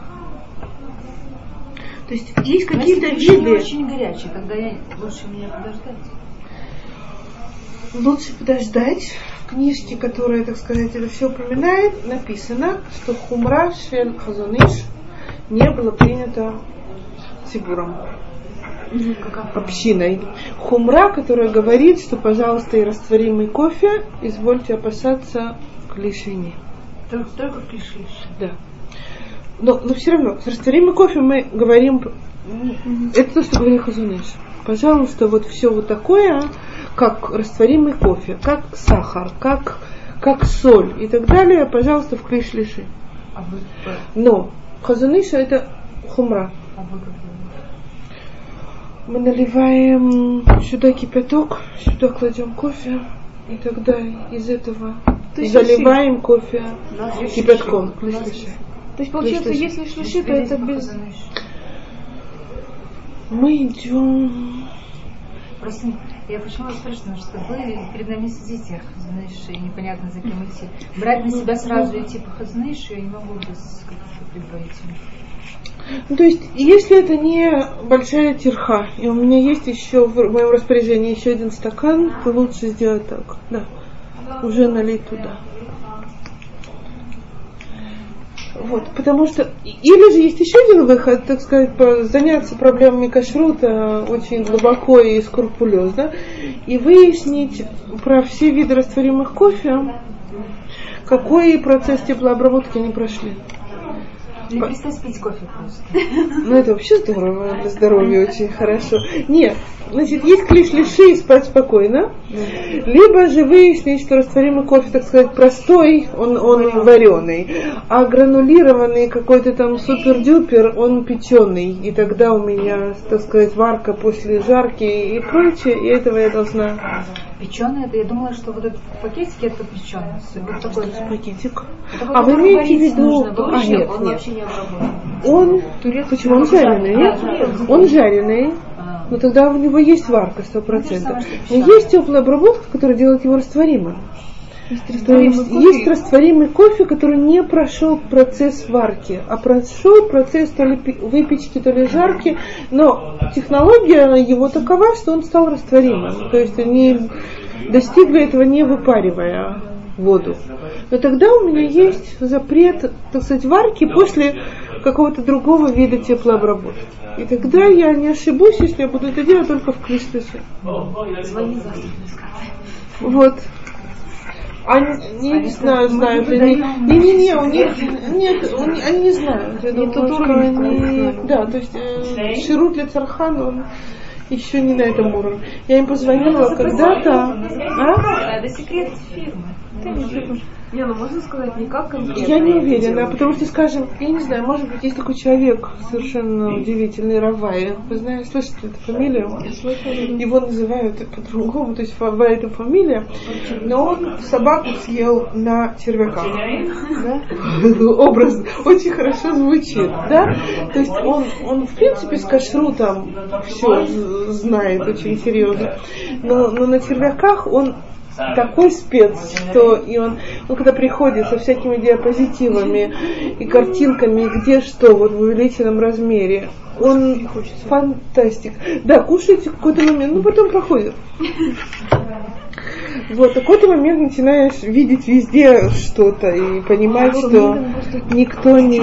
То есть есть какие-то виды. Очень горячий, тогда лучше мне подождать. Лучше подождать. В книжке, которая, так сказать, это все упоминает, написано, что хумра шель хазон иш не было принято цибуром, общиной. Хумра, которая говорит, что, пожалуйста, и растворимый кофе, извольте опасаться клишини. Только клишини. Да. Но все равно, с растворимым кофе мы говорим, это то, что говорит хазон иш. Пожалуйста, вот все вот такое, как растворимый кофе, как сахар, как соль и так далее, пожалуйста, в клиш-лиши. Но хазон иш это хумра. Мы наливаем сюда кипяток, сюда кладем кофе, и тогда из этого заливаем кофе кипятком. То есть, получается, если шлиши, то это без... Мы идем... Просто я почему спрашиваю, что вы перед нами сидите, знаешь, и непонятно за кем идти. Брать на себя сразу идти по хазнышу, я не могу без каких-то предварительных. Ну, то есть, если это не большая тирха, и у меня есть еще в моем распоряжении еще один стакан, то лучше сделать так. Да. Уже налить туда. Вот, потому что, или же есть еще один выход, так сказать, заняться проблемами кашрута очень глубоко и скрупулезно, и выяснить про все виды растворимых кофе, какой процесс теплообработки они прошли. Не перестать пить кофе просто. Ну, это вообще здорово, для здоровья очень хорошо. Нет, значит, есть клиш-лиши и спать спокойно. Либо же выяснить, что растворимый кофе, так сказать, простой, он вареный, а гранулированный какой-то там супер-дюпер, он печеный. И тогда у меня, так сказать, варка после жарки и прочее, и этого я должна... Печеный, это я думала, что вот этот пакетик это печеный. Вот такой пакетик. А вы имеете в виду... Нет. Вообще не обработан. Он... Почему? Он жареный, нет? Он жареный. Но тогда у него есть варка 100%. Но есть теплая обработка, которая делает его растворимым. Есть растворимый кофе, который не прошел процесс варки, а прошел процесс то ли выпечки, то ли жарки, но технология его такова, что он стал растворимым. То есть они достигли этого, не выпаривая воду. Но тогда у меня есть запрет, так сказать, варки после какого-то другого вида теплообработки. И тогда я не ошибусь, если я буду это делать только в клиш-лиши. Вот. Они не знаю, знают ли они. Не, у них нет, они не знают. Я думаю, что они. Да, то есть ширут для цархан, он еще не на этом уровне. Я им позвонила когда-то. Это секрет фирмы. Не, ну можно сказать не как конкретно. Я не уверена, потому что, скажем, я не знаю, может быть, есть такой человек совершенно удивительный, Равай. Вы знаете, слышите эту фамилию? Его называют по-другому, то есть Равай это фамилия, но он собаку съел на червяках. Да? Образ очень хорошо звучит, да? То есть он в принципе с кашрутом все знает очень серьезно, но на червяках он такой спец, что и он когда приходит со всякими диапозитивами и картинками, где что, вот в увеличенном размере, он фантастик. Да, кушаете в какой-то момент, но потом проходит. Вот, в какой-то момент начинаешь видеть везде что-то и понимать, что никто не...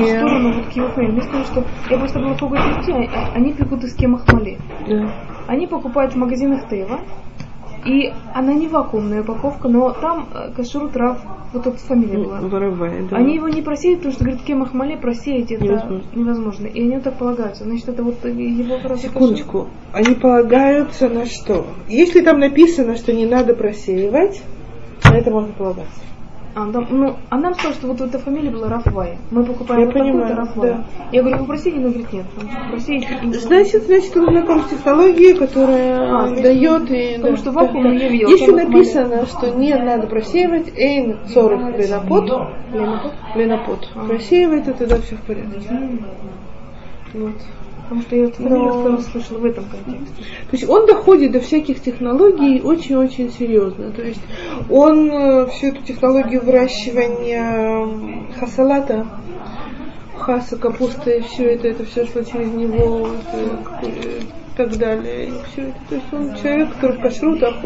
Я просто была в Пугатите, они пекут из кемах-мале. Да. Они покупают в магазинах Тева. И она не вакуумная упаковка, но там кашрут рав, вот эта фамилия была. Воровая, да. Они его не просеют, потому что, говорит, кемах-мале просеять это невозможно. И они вот так полагаются. Значит, это вот его хорошо. Секундочку. Они полагаются на что? Если там написано, что не надо просеивать, на это можно полагаться. А нам сказали, что вот эта фамилия была Рафвай. Мы покупаем такую-то Рафвай. Да. Я говорю, попросите, но говорит, нет. Значит, он знаком с технологией, которая дает. Потому что вакуум я видела. Если написано, что не надо просеивать, эйн 40 ленапот. Просеивать, то тогда все в порядке. Вот. Потому что я фамилию слышала в этом контексте. То есть он доходит до всяких технологий очень-очень серьезно. То есть он всю эту технологию выращивания хасалата, хаса, капусты, все это все шло через него, и так далее. И все это. То есть он человек, который в кашрутах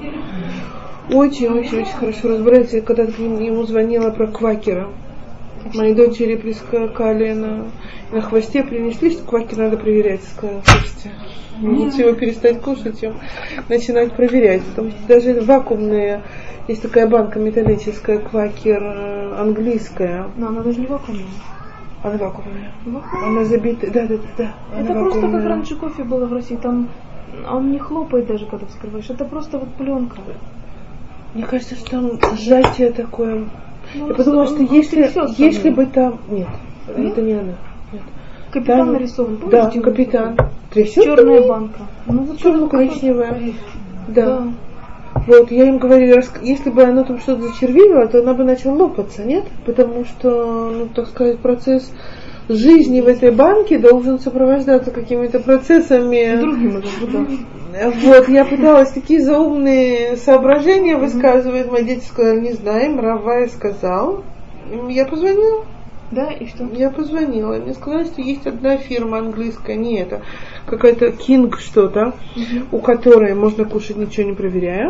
очень хорошо разбирается. Я когда-то ему звонила про квакера. Мои дочери прискакали на хвосте, принесли, что квакер надо проверять. Сказала, слушайте, лучше его перестать кушать, чем начинать проверять. Потому что даже вакуумные, есть такая банка металлическая, квакер английская. Но она даже не вакуумная. Она вакуумная. Она забита, да. Это просто как раньше кофе было в России, там он не хлопает даже, когда вскрываешь. Это просто вот пленка. Мне кажется, что там сжатие такое. Я подумала, что если бы там... Нет, это не она. Нет. Капитан там нарисован. Да, капитан. Трясет. Черная банка. Черно-коричневая. Да. Вот, я им говорю, если бы оно там что-то зачервивало, то она бы начала лопаться, нет? Потому что, так сказать, процесс жизни в этой банке должен сопровождаться какими-то процессами. Другими, да. Вот, я пыталась такие заумные соображения высказывать. Мои дети сказали, не знаем, Равай сказал. Я позвонила. Да, и что? Я позвонила. Мне сказали, что есть одна фирма английская, не это, какая-то King что-то, у которой можно кушать ничего не проверяя.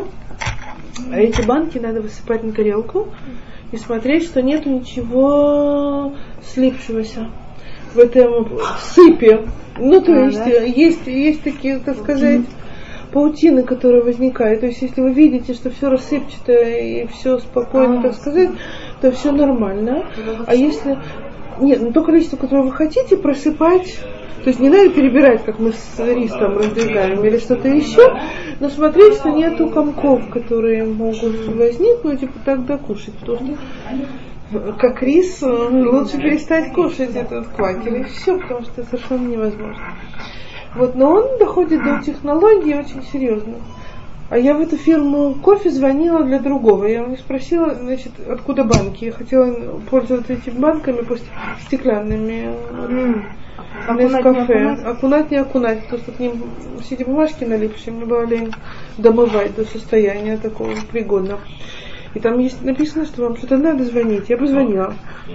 А эти банки надо высыпать на тарелку и смотреть, что нету ничего слипшегося в этом сыпе. То есть такие, так сказать, паутины, которые возникают. То есть, если вы видите, что все рассыпчатое и все спокойно, так сказать, то все нормально. А если... Нет, то количество, которое вы хотите, просыпать. То есть не надо перебирать, как мы с рисом раздвигаем или что-то еще, но смотреть, что нету комков, которые могут возникнуть, и тогда кушать. Потому что как рис лучше перестать кушать этот квакер, и все, потому что это совершенно невозможно. Вот, но он доходит до технологии очень серьезно. А я в эту фирму кофе звонила для другого. Я у них спросила, значит, откуда банки. Я хотела пользоваться этими банками стеклянными из кафе. Окунать, не окунать, потому что к ним все эти бумажки налипшие, мне было лень домывать до состояния такого пригодного. И там есть написано, что вам что-то надо звонить. Я позвонила.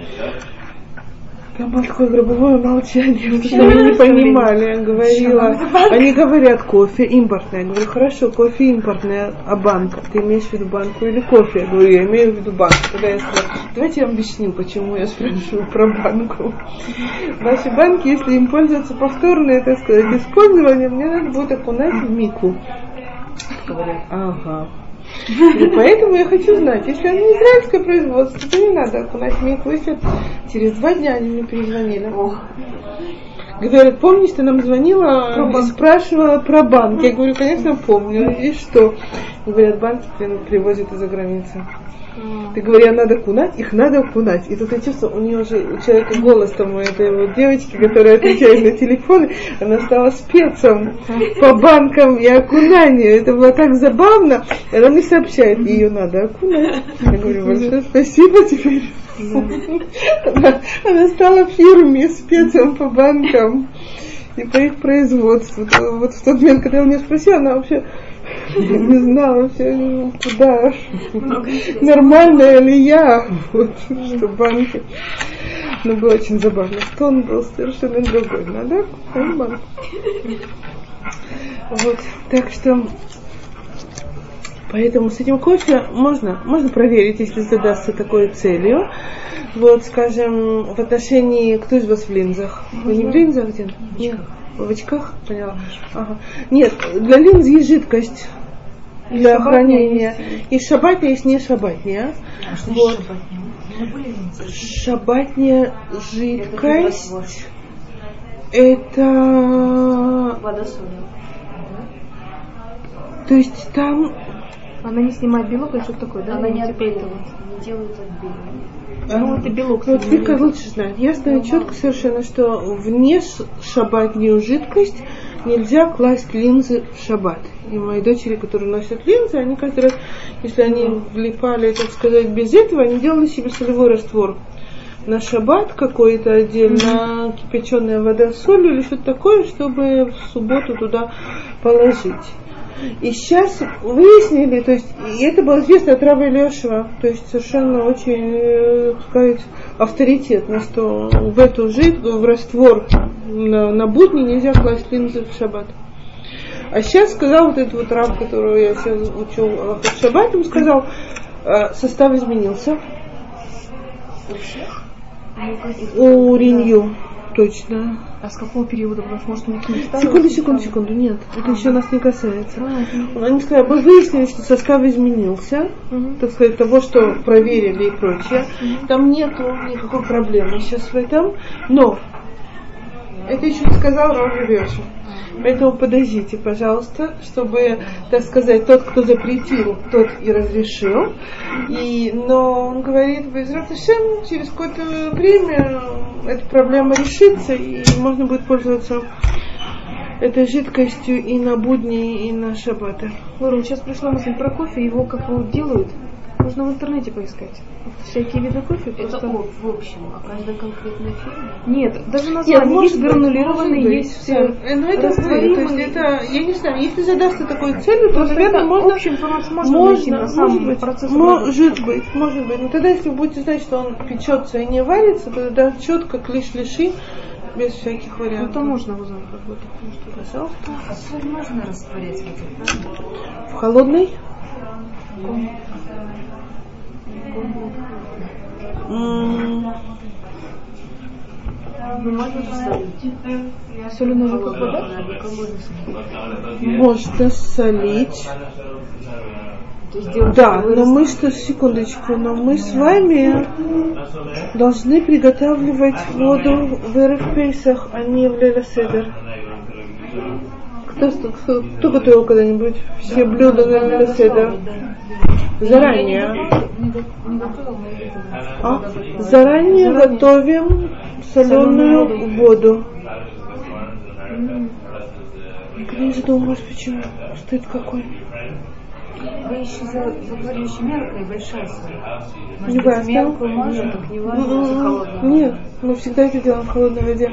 Там было такое гробовое молчание, что они не понимали. Я говорила, они говорят кофе импортное. Я говорю, хорошо, кофе импортное, а банка? Ты имеешь в виду банку или кофе? Я говорю, я имею в виду банку. Тогда я сказала, давайте я вам объясню, почему я спрашиваю про банку. Наши банки, если им пользоваться повторное, так сказать, использованием, мне надо будет окунать в мику. Говорят, ага. И поэтому я хочу знать, если они израильское производство, то не надо окунать в мику. Если через 2 дня они мне перезвонили. Говорят, помнишь, ты нам звонила и спрашивала про банк? Я говорю, конечно, помню. И что? Говорят, банки привозят из-за границы. Ты говоришь, надо окунать, их надо окунать. И тут я чувствую, у нее уже, у человека голос там, у этой вот девочки, которая отвечает на телефоны, она стала спецом по банкам и окунанию. Это было так забавно. И она мне сообщает, ее надо окунать. Я говорю, большое спасибо теперь. Она стала в фирме спецом по банкам и по их производству. Вот в тот момент, когда я у нее спросила, она вообще не знала вообще, куда, нормальная ли я, вот, что банки. Но было очень забавно. Тон был совершенно другой. Надо банк. Вот, так что, поэтому с этим кофе можно проверить, если задастся такой целью. Вот, скажем, в отношении, кто из вас в линзах? Вы не в линзах где-то? Нет. В очках? Поняла. Ага. Нет, для линз есть жидкость для хранения. Есть шабатня, есть не шабатня. А что вот. Шабатня? Жидкость. Это... Вода солью. То есть там Она не снимает белок или что-то такое, да? Она не типа этого. не делает отбеливание. Ну, это белок. Вот Вика лучше знает. Я знаю четко совершенно, что вне шаббатную жидкость нельзя класть линзы в шаббат. И мои дочери, которые носят линзы, они каждый раз, если они влипали, так сказать, без этого, они делали себе солевой раствор. На шаббат какой-то отдельно, кипяченая вода с солью или что-то такое, чтобы в субботу туда положить. И сейчас выяснили, то есть, и это было известно от Рава Элиашева, то есть совершенно очень, так сказать, авторитетно, что в эту жидкость, в раствор на будни нельзя класть линзы в шаббат. А сейчас сказал вот этот вот Рав, которого я сейчас учу в шаббат, он сказал, состав изменился. У Ринью, точно. А с какого периода? Потому что, может, у них не стало? Секунду, нет. Это еще нас не касается. Они сказали, мы выяснили, что состав изменился, так сказать, того, что проверили и прочее. Там нету никакой проблемы сейчас в этом. Но это еще не сказал Рав Элиашев. Поэтому подождите, пожалуйста, чтобы, так сказать, тот, кто запретил, тот и разрешил. Но он говорит, Безрат Ашем, через какое-то время эта проблема решится, и можно будет пользоваться этой жидкостью и на будни, и на шаббаты. Лора, сейчас пришла мысль про кофе, его как вот делают. Можно в интернете поискать. Всякие виды кофе. Это просто... в общем, а каждая конкретная фирма? Нет, даже название есть гранулированные, есть все. Но это растворимые. То есть это, я не знаю, если задастся такой целью, то, наверное, можно... общую информацию можно найти на самом процессе. Может быть. Но тогда, если вы будете знать, что он печется и не варится, то тогда четко клиш-лиши, без всяких вариантов. Это можно узнать, как будто. Пожалуйста. А соль можно растворять в этом, правда? В холодной? Соленую воду вода? Можно солить. Да, но мы секундочку, но мы с вами должны приготавливать воду в Эрев Пейсах, а не в Лейла Седер. Кто готовил когда-нибудь все блюда на Лейла Седер? Заранее. Заранее готовим соленую воду. Никогда не задумывалась, почему. Что это какой? Вы еще заговорили еще мелкая и большая соль. Не важно. Мелкую можно, так не важно, холодную. Нет, мы всегда это делаем в холодной воде.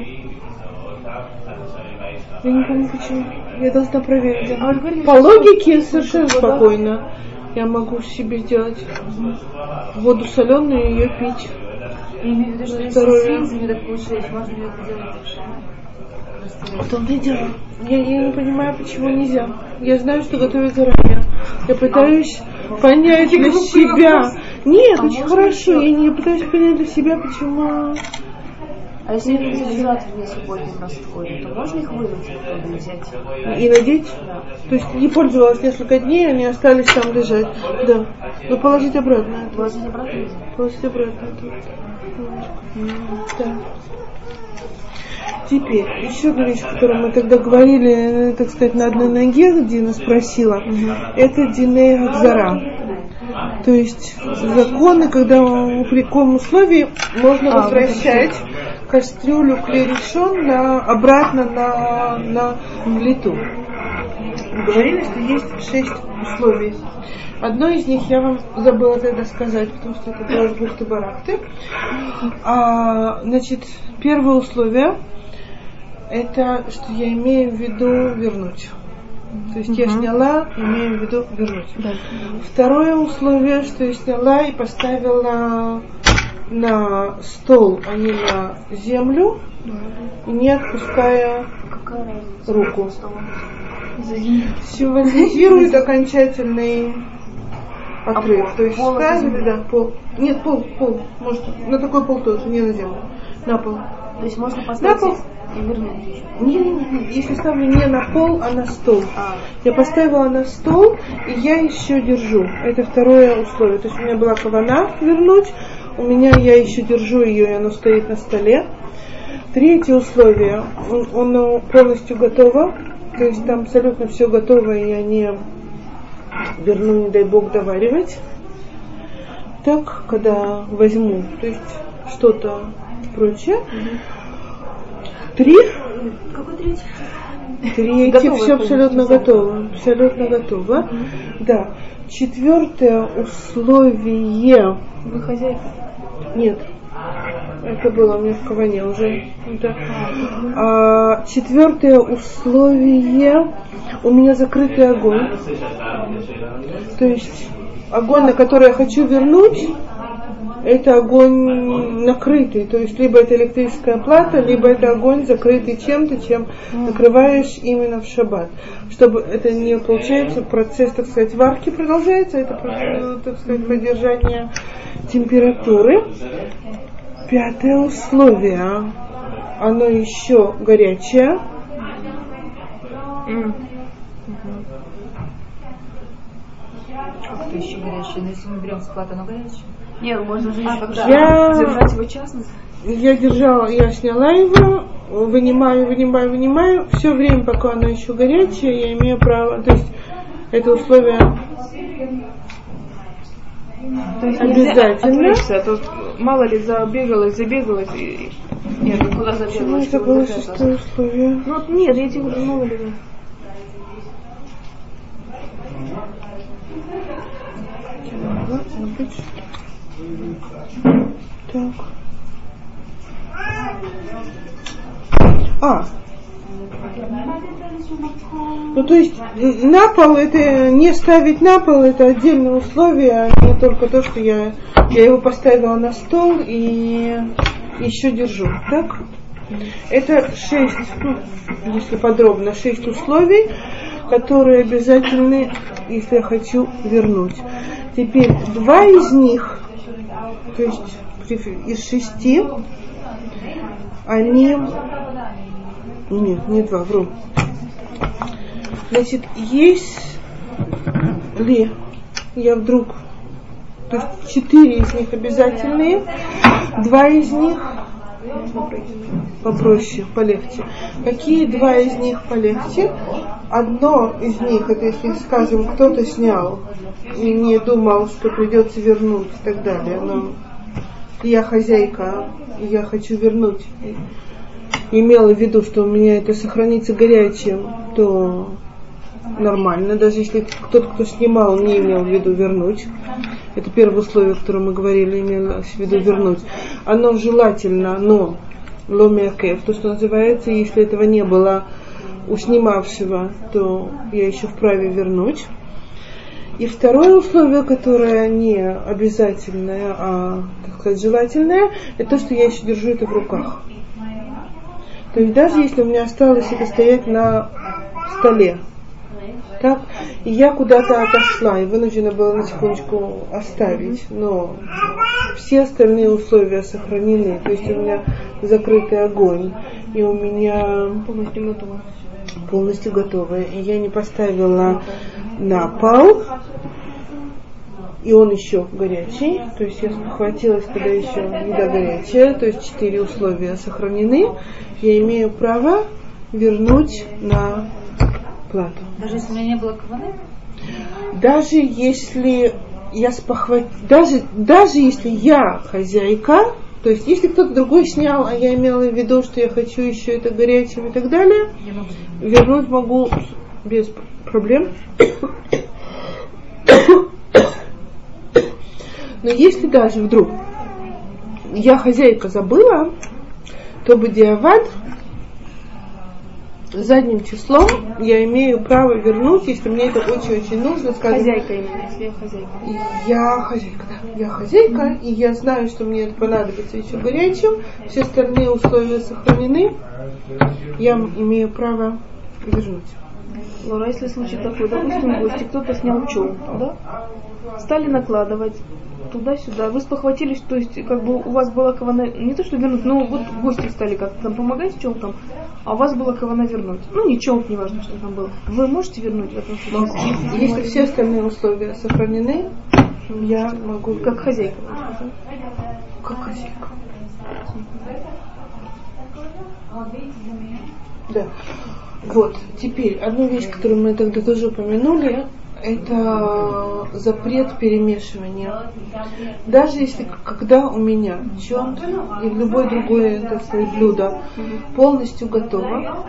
Я не помню почему. Я должна проверить. По логике совершенно спокойно. Я могу себе сделать воду соленую и ее пить. Я имею в виду, что если с линзами так получилось, можно ли это делать так? В том-то и дело. Я не понимаю, почему нельзя. Я знаю, что готовить заранее. Я пытаюсь понять для себя. Нет, очень хорошо. Я не пытаюсь понять для себя, почему... А если они лежат в несубботнем растворе, то можно их вынуть оттуда и взять? И надеть? Да. То есть не пользовалась несколько дней, они остались там лежать. Да. Но положить обратно. Положить обратно нельзя? Положить обратно. Да. Теперь, еще одна вещь, о которой мы когда говорили, так сказать, на одной ноге, Дина спросила, это Диней Гзара. То есть законы, когда при каком условии можно возвращать кастрюлю клей-решон обратно на плиту. Говорили, что есть 6 условий. Одно из них я вам забыла тогда сказать, потому что это было бухты-барахты. Значит, первое условие это, что я имею в виду вернуть. То есть я сняла, имею в виду вернуть. Да. Второе условие, что я сняла и поставила на стол, а не на землю, не отпуская руку. Символизирует окончательный отрыв. То есть ставили, да, пол. Нет, пол. Может, на такой пол тоже, не на землю. На пол. То есть можно поставить и вернуть? Нет. Если ставлю не на пол, а на стол. Я поставила на стол, и я еще держу. Это второе условие. То есть у меня была кавана вернуть, я еще держу ее, и она стоит на столе. Третье условие, оно полностью готово. То есть там абсолютно все готово, и я не верну, не дай бог, доваривать. Так, когда возьму, то есть что-то прочее. 3. Какой третий? 3, все абсолютно готово. Абсолютно готово. Да. 4 условие. Вы хозяйка? Нет. Это было у меня в каване уже. Да. 4 условие. У меня закрытый огонь. То есть огонь, на который я хочу вернуть, это огонь накрытый. То есть либо это электрическая плата, либо это огонь закрытый чем-то, чем накрываешь именно в шаббат. Чтобы это не получается, процесс, так сказать, варки продолжается, это, так сказать, поддержание температуры. 5 условие. Оно еще горячее. Как-то еще горячее, но если мы берем склад, оно горячее. Нет, можно же держать его частность. Я сняла его, вынимаю. Все время, пока оно еще горячее, я имею право, то есть это условие обязательно. А то мало ли забегалась и... Нет, куда забегалась? Это было 6 условие. Ну нет, я тебе говорю, мало ли. Так. Ну то есть на пол это не ставить на пол, это отдельное условие, а не только то, что я его поставила на стол и еще держу, так? Это 6, если подробно, 6 условий, которые обязательны, если я хочу вернуть. Теперь 2 из них, то есть из 6, они... Нет, не 2, вру. Значит, есть ли я вдруг... То есть 4 из них обязательные, 2 из них попроще, полегче. Какие 2 из них полегче? Одно из них, это если, скажем, кто-то снял и не думал, что придется вернуть и так далее, но я хозяйка, и я хочу вернуть, имела в виду, что у меня это сохранится горячим, то нормально, даже если кто-то, кто снимал, не имел в виду вернуть. Это первое условие, о котором мы говорили, имелось в виду вернуть. Оно желательно, но ломиакев, то, что называется, если этого не было у снимавшего, то я еще вправе вернуть. И второе условие, которое не обязательное, а, так сказать, желательное, это то, что я еще держу это в руках. То есть даже если у меня осталось это стоять на столе, так, и я куда-то отошла и вынуждена была на секундочку оставить, но все остальные условия сохранены, то есть у меня закрытый огонь, и у меня полностью готовое, и я не поставила на пол, и он еще горячий, то есть я спохватилась, когда еще еда горячая, то есть 4 условия сохранены, я имею право вернуть на плату. Даже если у меня не было каваны? Даже если я даже если я хозяйка, то есть если кто-то другой снял, а я имела в виду, что я хочу еще это горячим и так далее, вернуть могу без проблем. Но если даже вдруг я хозяйка забыла, то бадиавад задним числом я имею право вернуть, если мне это очень-очень нужно. Скажем, хозяйка именно, если я хозяйка. Я хозяйка, да. Я хозяйка, и я знаю, что мне это понадобится еще горячим. Все остальные условия сохранены. Я имею право вернуть. Лора, если случай такой, допустим, гости, кто-то снял челку, да? Стали накладывать туда-сюда. Вы спохватились, то есть как бы у вас была кавана, не то что вернуть, но вот гости стали как-то там помогать челкам, а у вас была кавана вернуть. Ну, не челк, не важно, что там было. Вы можете вернуть в этом случае? Если все остальные условия сохранены, я могу... Как хозяйка. Как хозяйка. Да. Вот, теперь одну вещь, которую мы тогда тоже упомянули, это запрет перемешивания. Даже если когда у меня чон и любое другое, так сказать, блюдо полностью готово,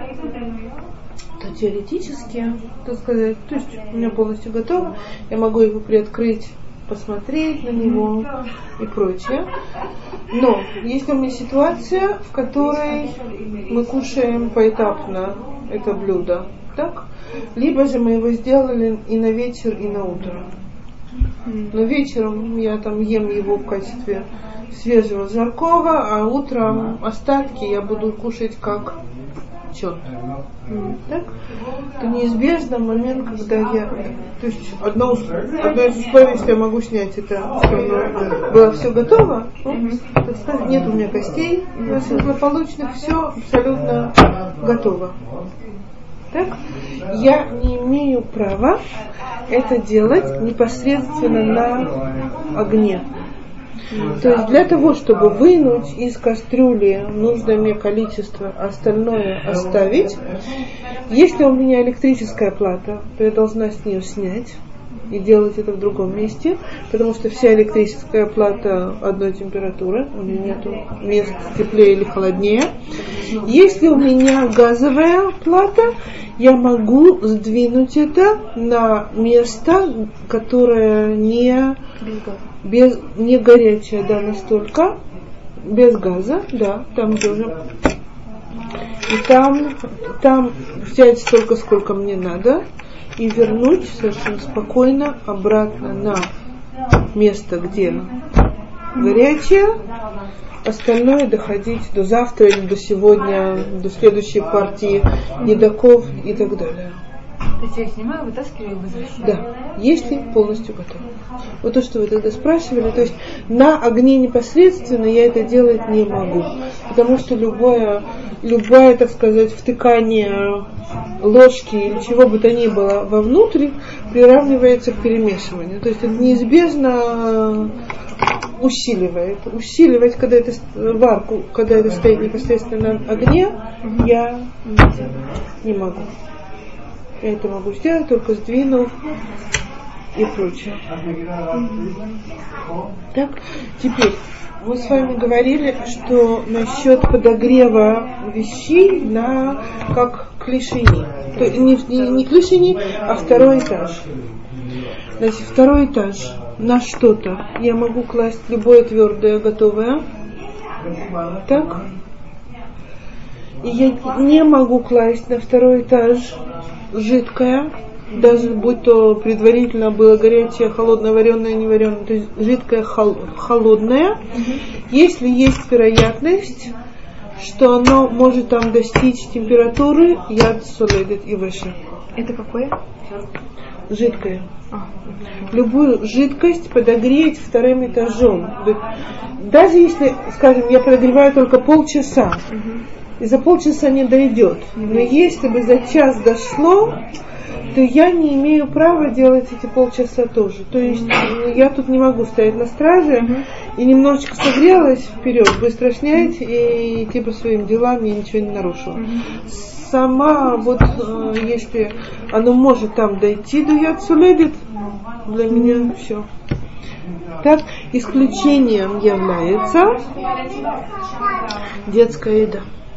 то теоретически, так сказать, то есть у меня полностью готово, я могу его приоткрыть, посмотреть на него и прочее. Но если у меня ситуация, в которой мы кушаем поэтапно это блюдо, так? Либо же мы его сделали и на вечер, и на утро. Но вечером я там ем его в качестве свежего жаркого, а утром остатки я буду кушать как чон. Так? То неизбежно момент, когда я... То есть одно из условий, что я могу снять, это что было все готово, так сказать, нет у меня костей злополучных, все абсолютно готово. Так? Я не имею права это делать непосредственно на огне. То есть для того, чтобы вынуть из кастрюли нужное мне количество, остальное оставить, если у меня электрическая плата, то я должна с нее снять и делать это в другом месте, потому что вся электрическая плата одной температуры, у нее нет мест теплее или холоднее. Если у меня газовая плата, я могу сдвинуть это на место, которое не горячее, да, настолько, без газа, да, там тоже. И там взять столько, сколько мне надо, и вернуть совершенно спокойно обратно на место, где горячее, остальное доходить до завтра или до сегодня, до следующей партии едоков и так далее. То есть я их снимаю, вытаскиваю и возвращаю? Да, если полностью готово. Вот то, что вы тогда спрашивали, то есть на огне непосредственно я это делать не могу, потому что любое, так сказать, втыкание ложки или чего бы то ни было вовнутрь приравнивается к перемешиванию. То есть это неизбежно усиливать, когда это варку, когда это стоит непосредственно на огне, я не могу. Я это могу сделать, только сдвинув и прочее. Так, теперь мы с вами говорили, что насчет подогрева вещей на как клишини. То не клишини, а второй этаж. Значит, второй этаж на что-то я могу класть любое твердое, готовое. Так. И я не могу класть на второй этаж жидкое, даже будь то предварительно было горячее, холодное, вареное, не вареное, то есть жидкое, холодное, если есть вероятность, что оно может там достичь температуры яд соледет и выше. Это какое? Жидкое. Любую жидкость подогреть вторым этажом. Даже если, скажем, я подогреваю только полчаса, и за полчаса не дойдет. Но если бы за час дошло, то я не имею права делать эти полчаса тоже. То есть я тут не могу стоять на страже и немножечко согрелась вперед, быстро снять и идти по своим делам, я ничего не нарушила. Сама вот если оно может там дойти до яд соледет, для меня все. Так, исключением является детская еда.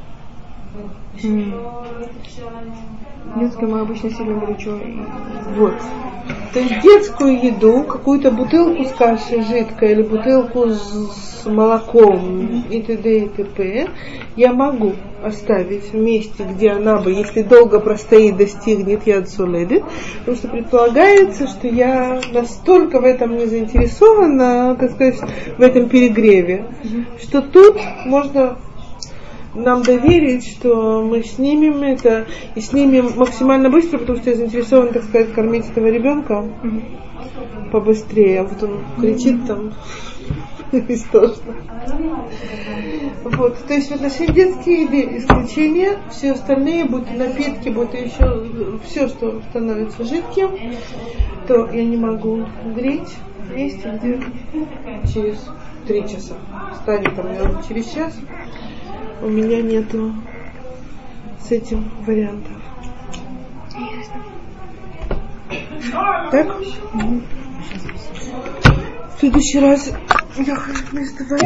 Детская мы обычно сильно горячо. Вот. То есть детскую еду, какую-то бутылку с кашей жидкой или бутылку с молоком и т.д. и т.п. я могу оставить в месте, где она бы, если долго простоит, достигнет яд соледет, потому что предполагается, что я настолько в этом не заинтересована, так сказать, в этом перегреве, что тут можно нам доверить, что мы снимем это и снимем максимально быстро, потому что я заинтересована, так сказать, кормить этого ребенка побыстрее. А вот он кричит там истошно. Вот. То есть в отношении детской еды исключение, все остальные, будь то напитки, будь то еще все, что становится жидким, то я не могу греть в месте, где через 3 часа. Станет там через час. У меня нету с этим вариантов. Так? В следующий раз я хочу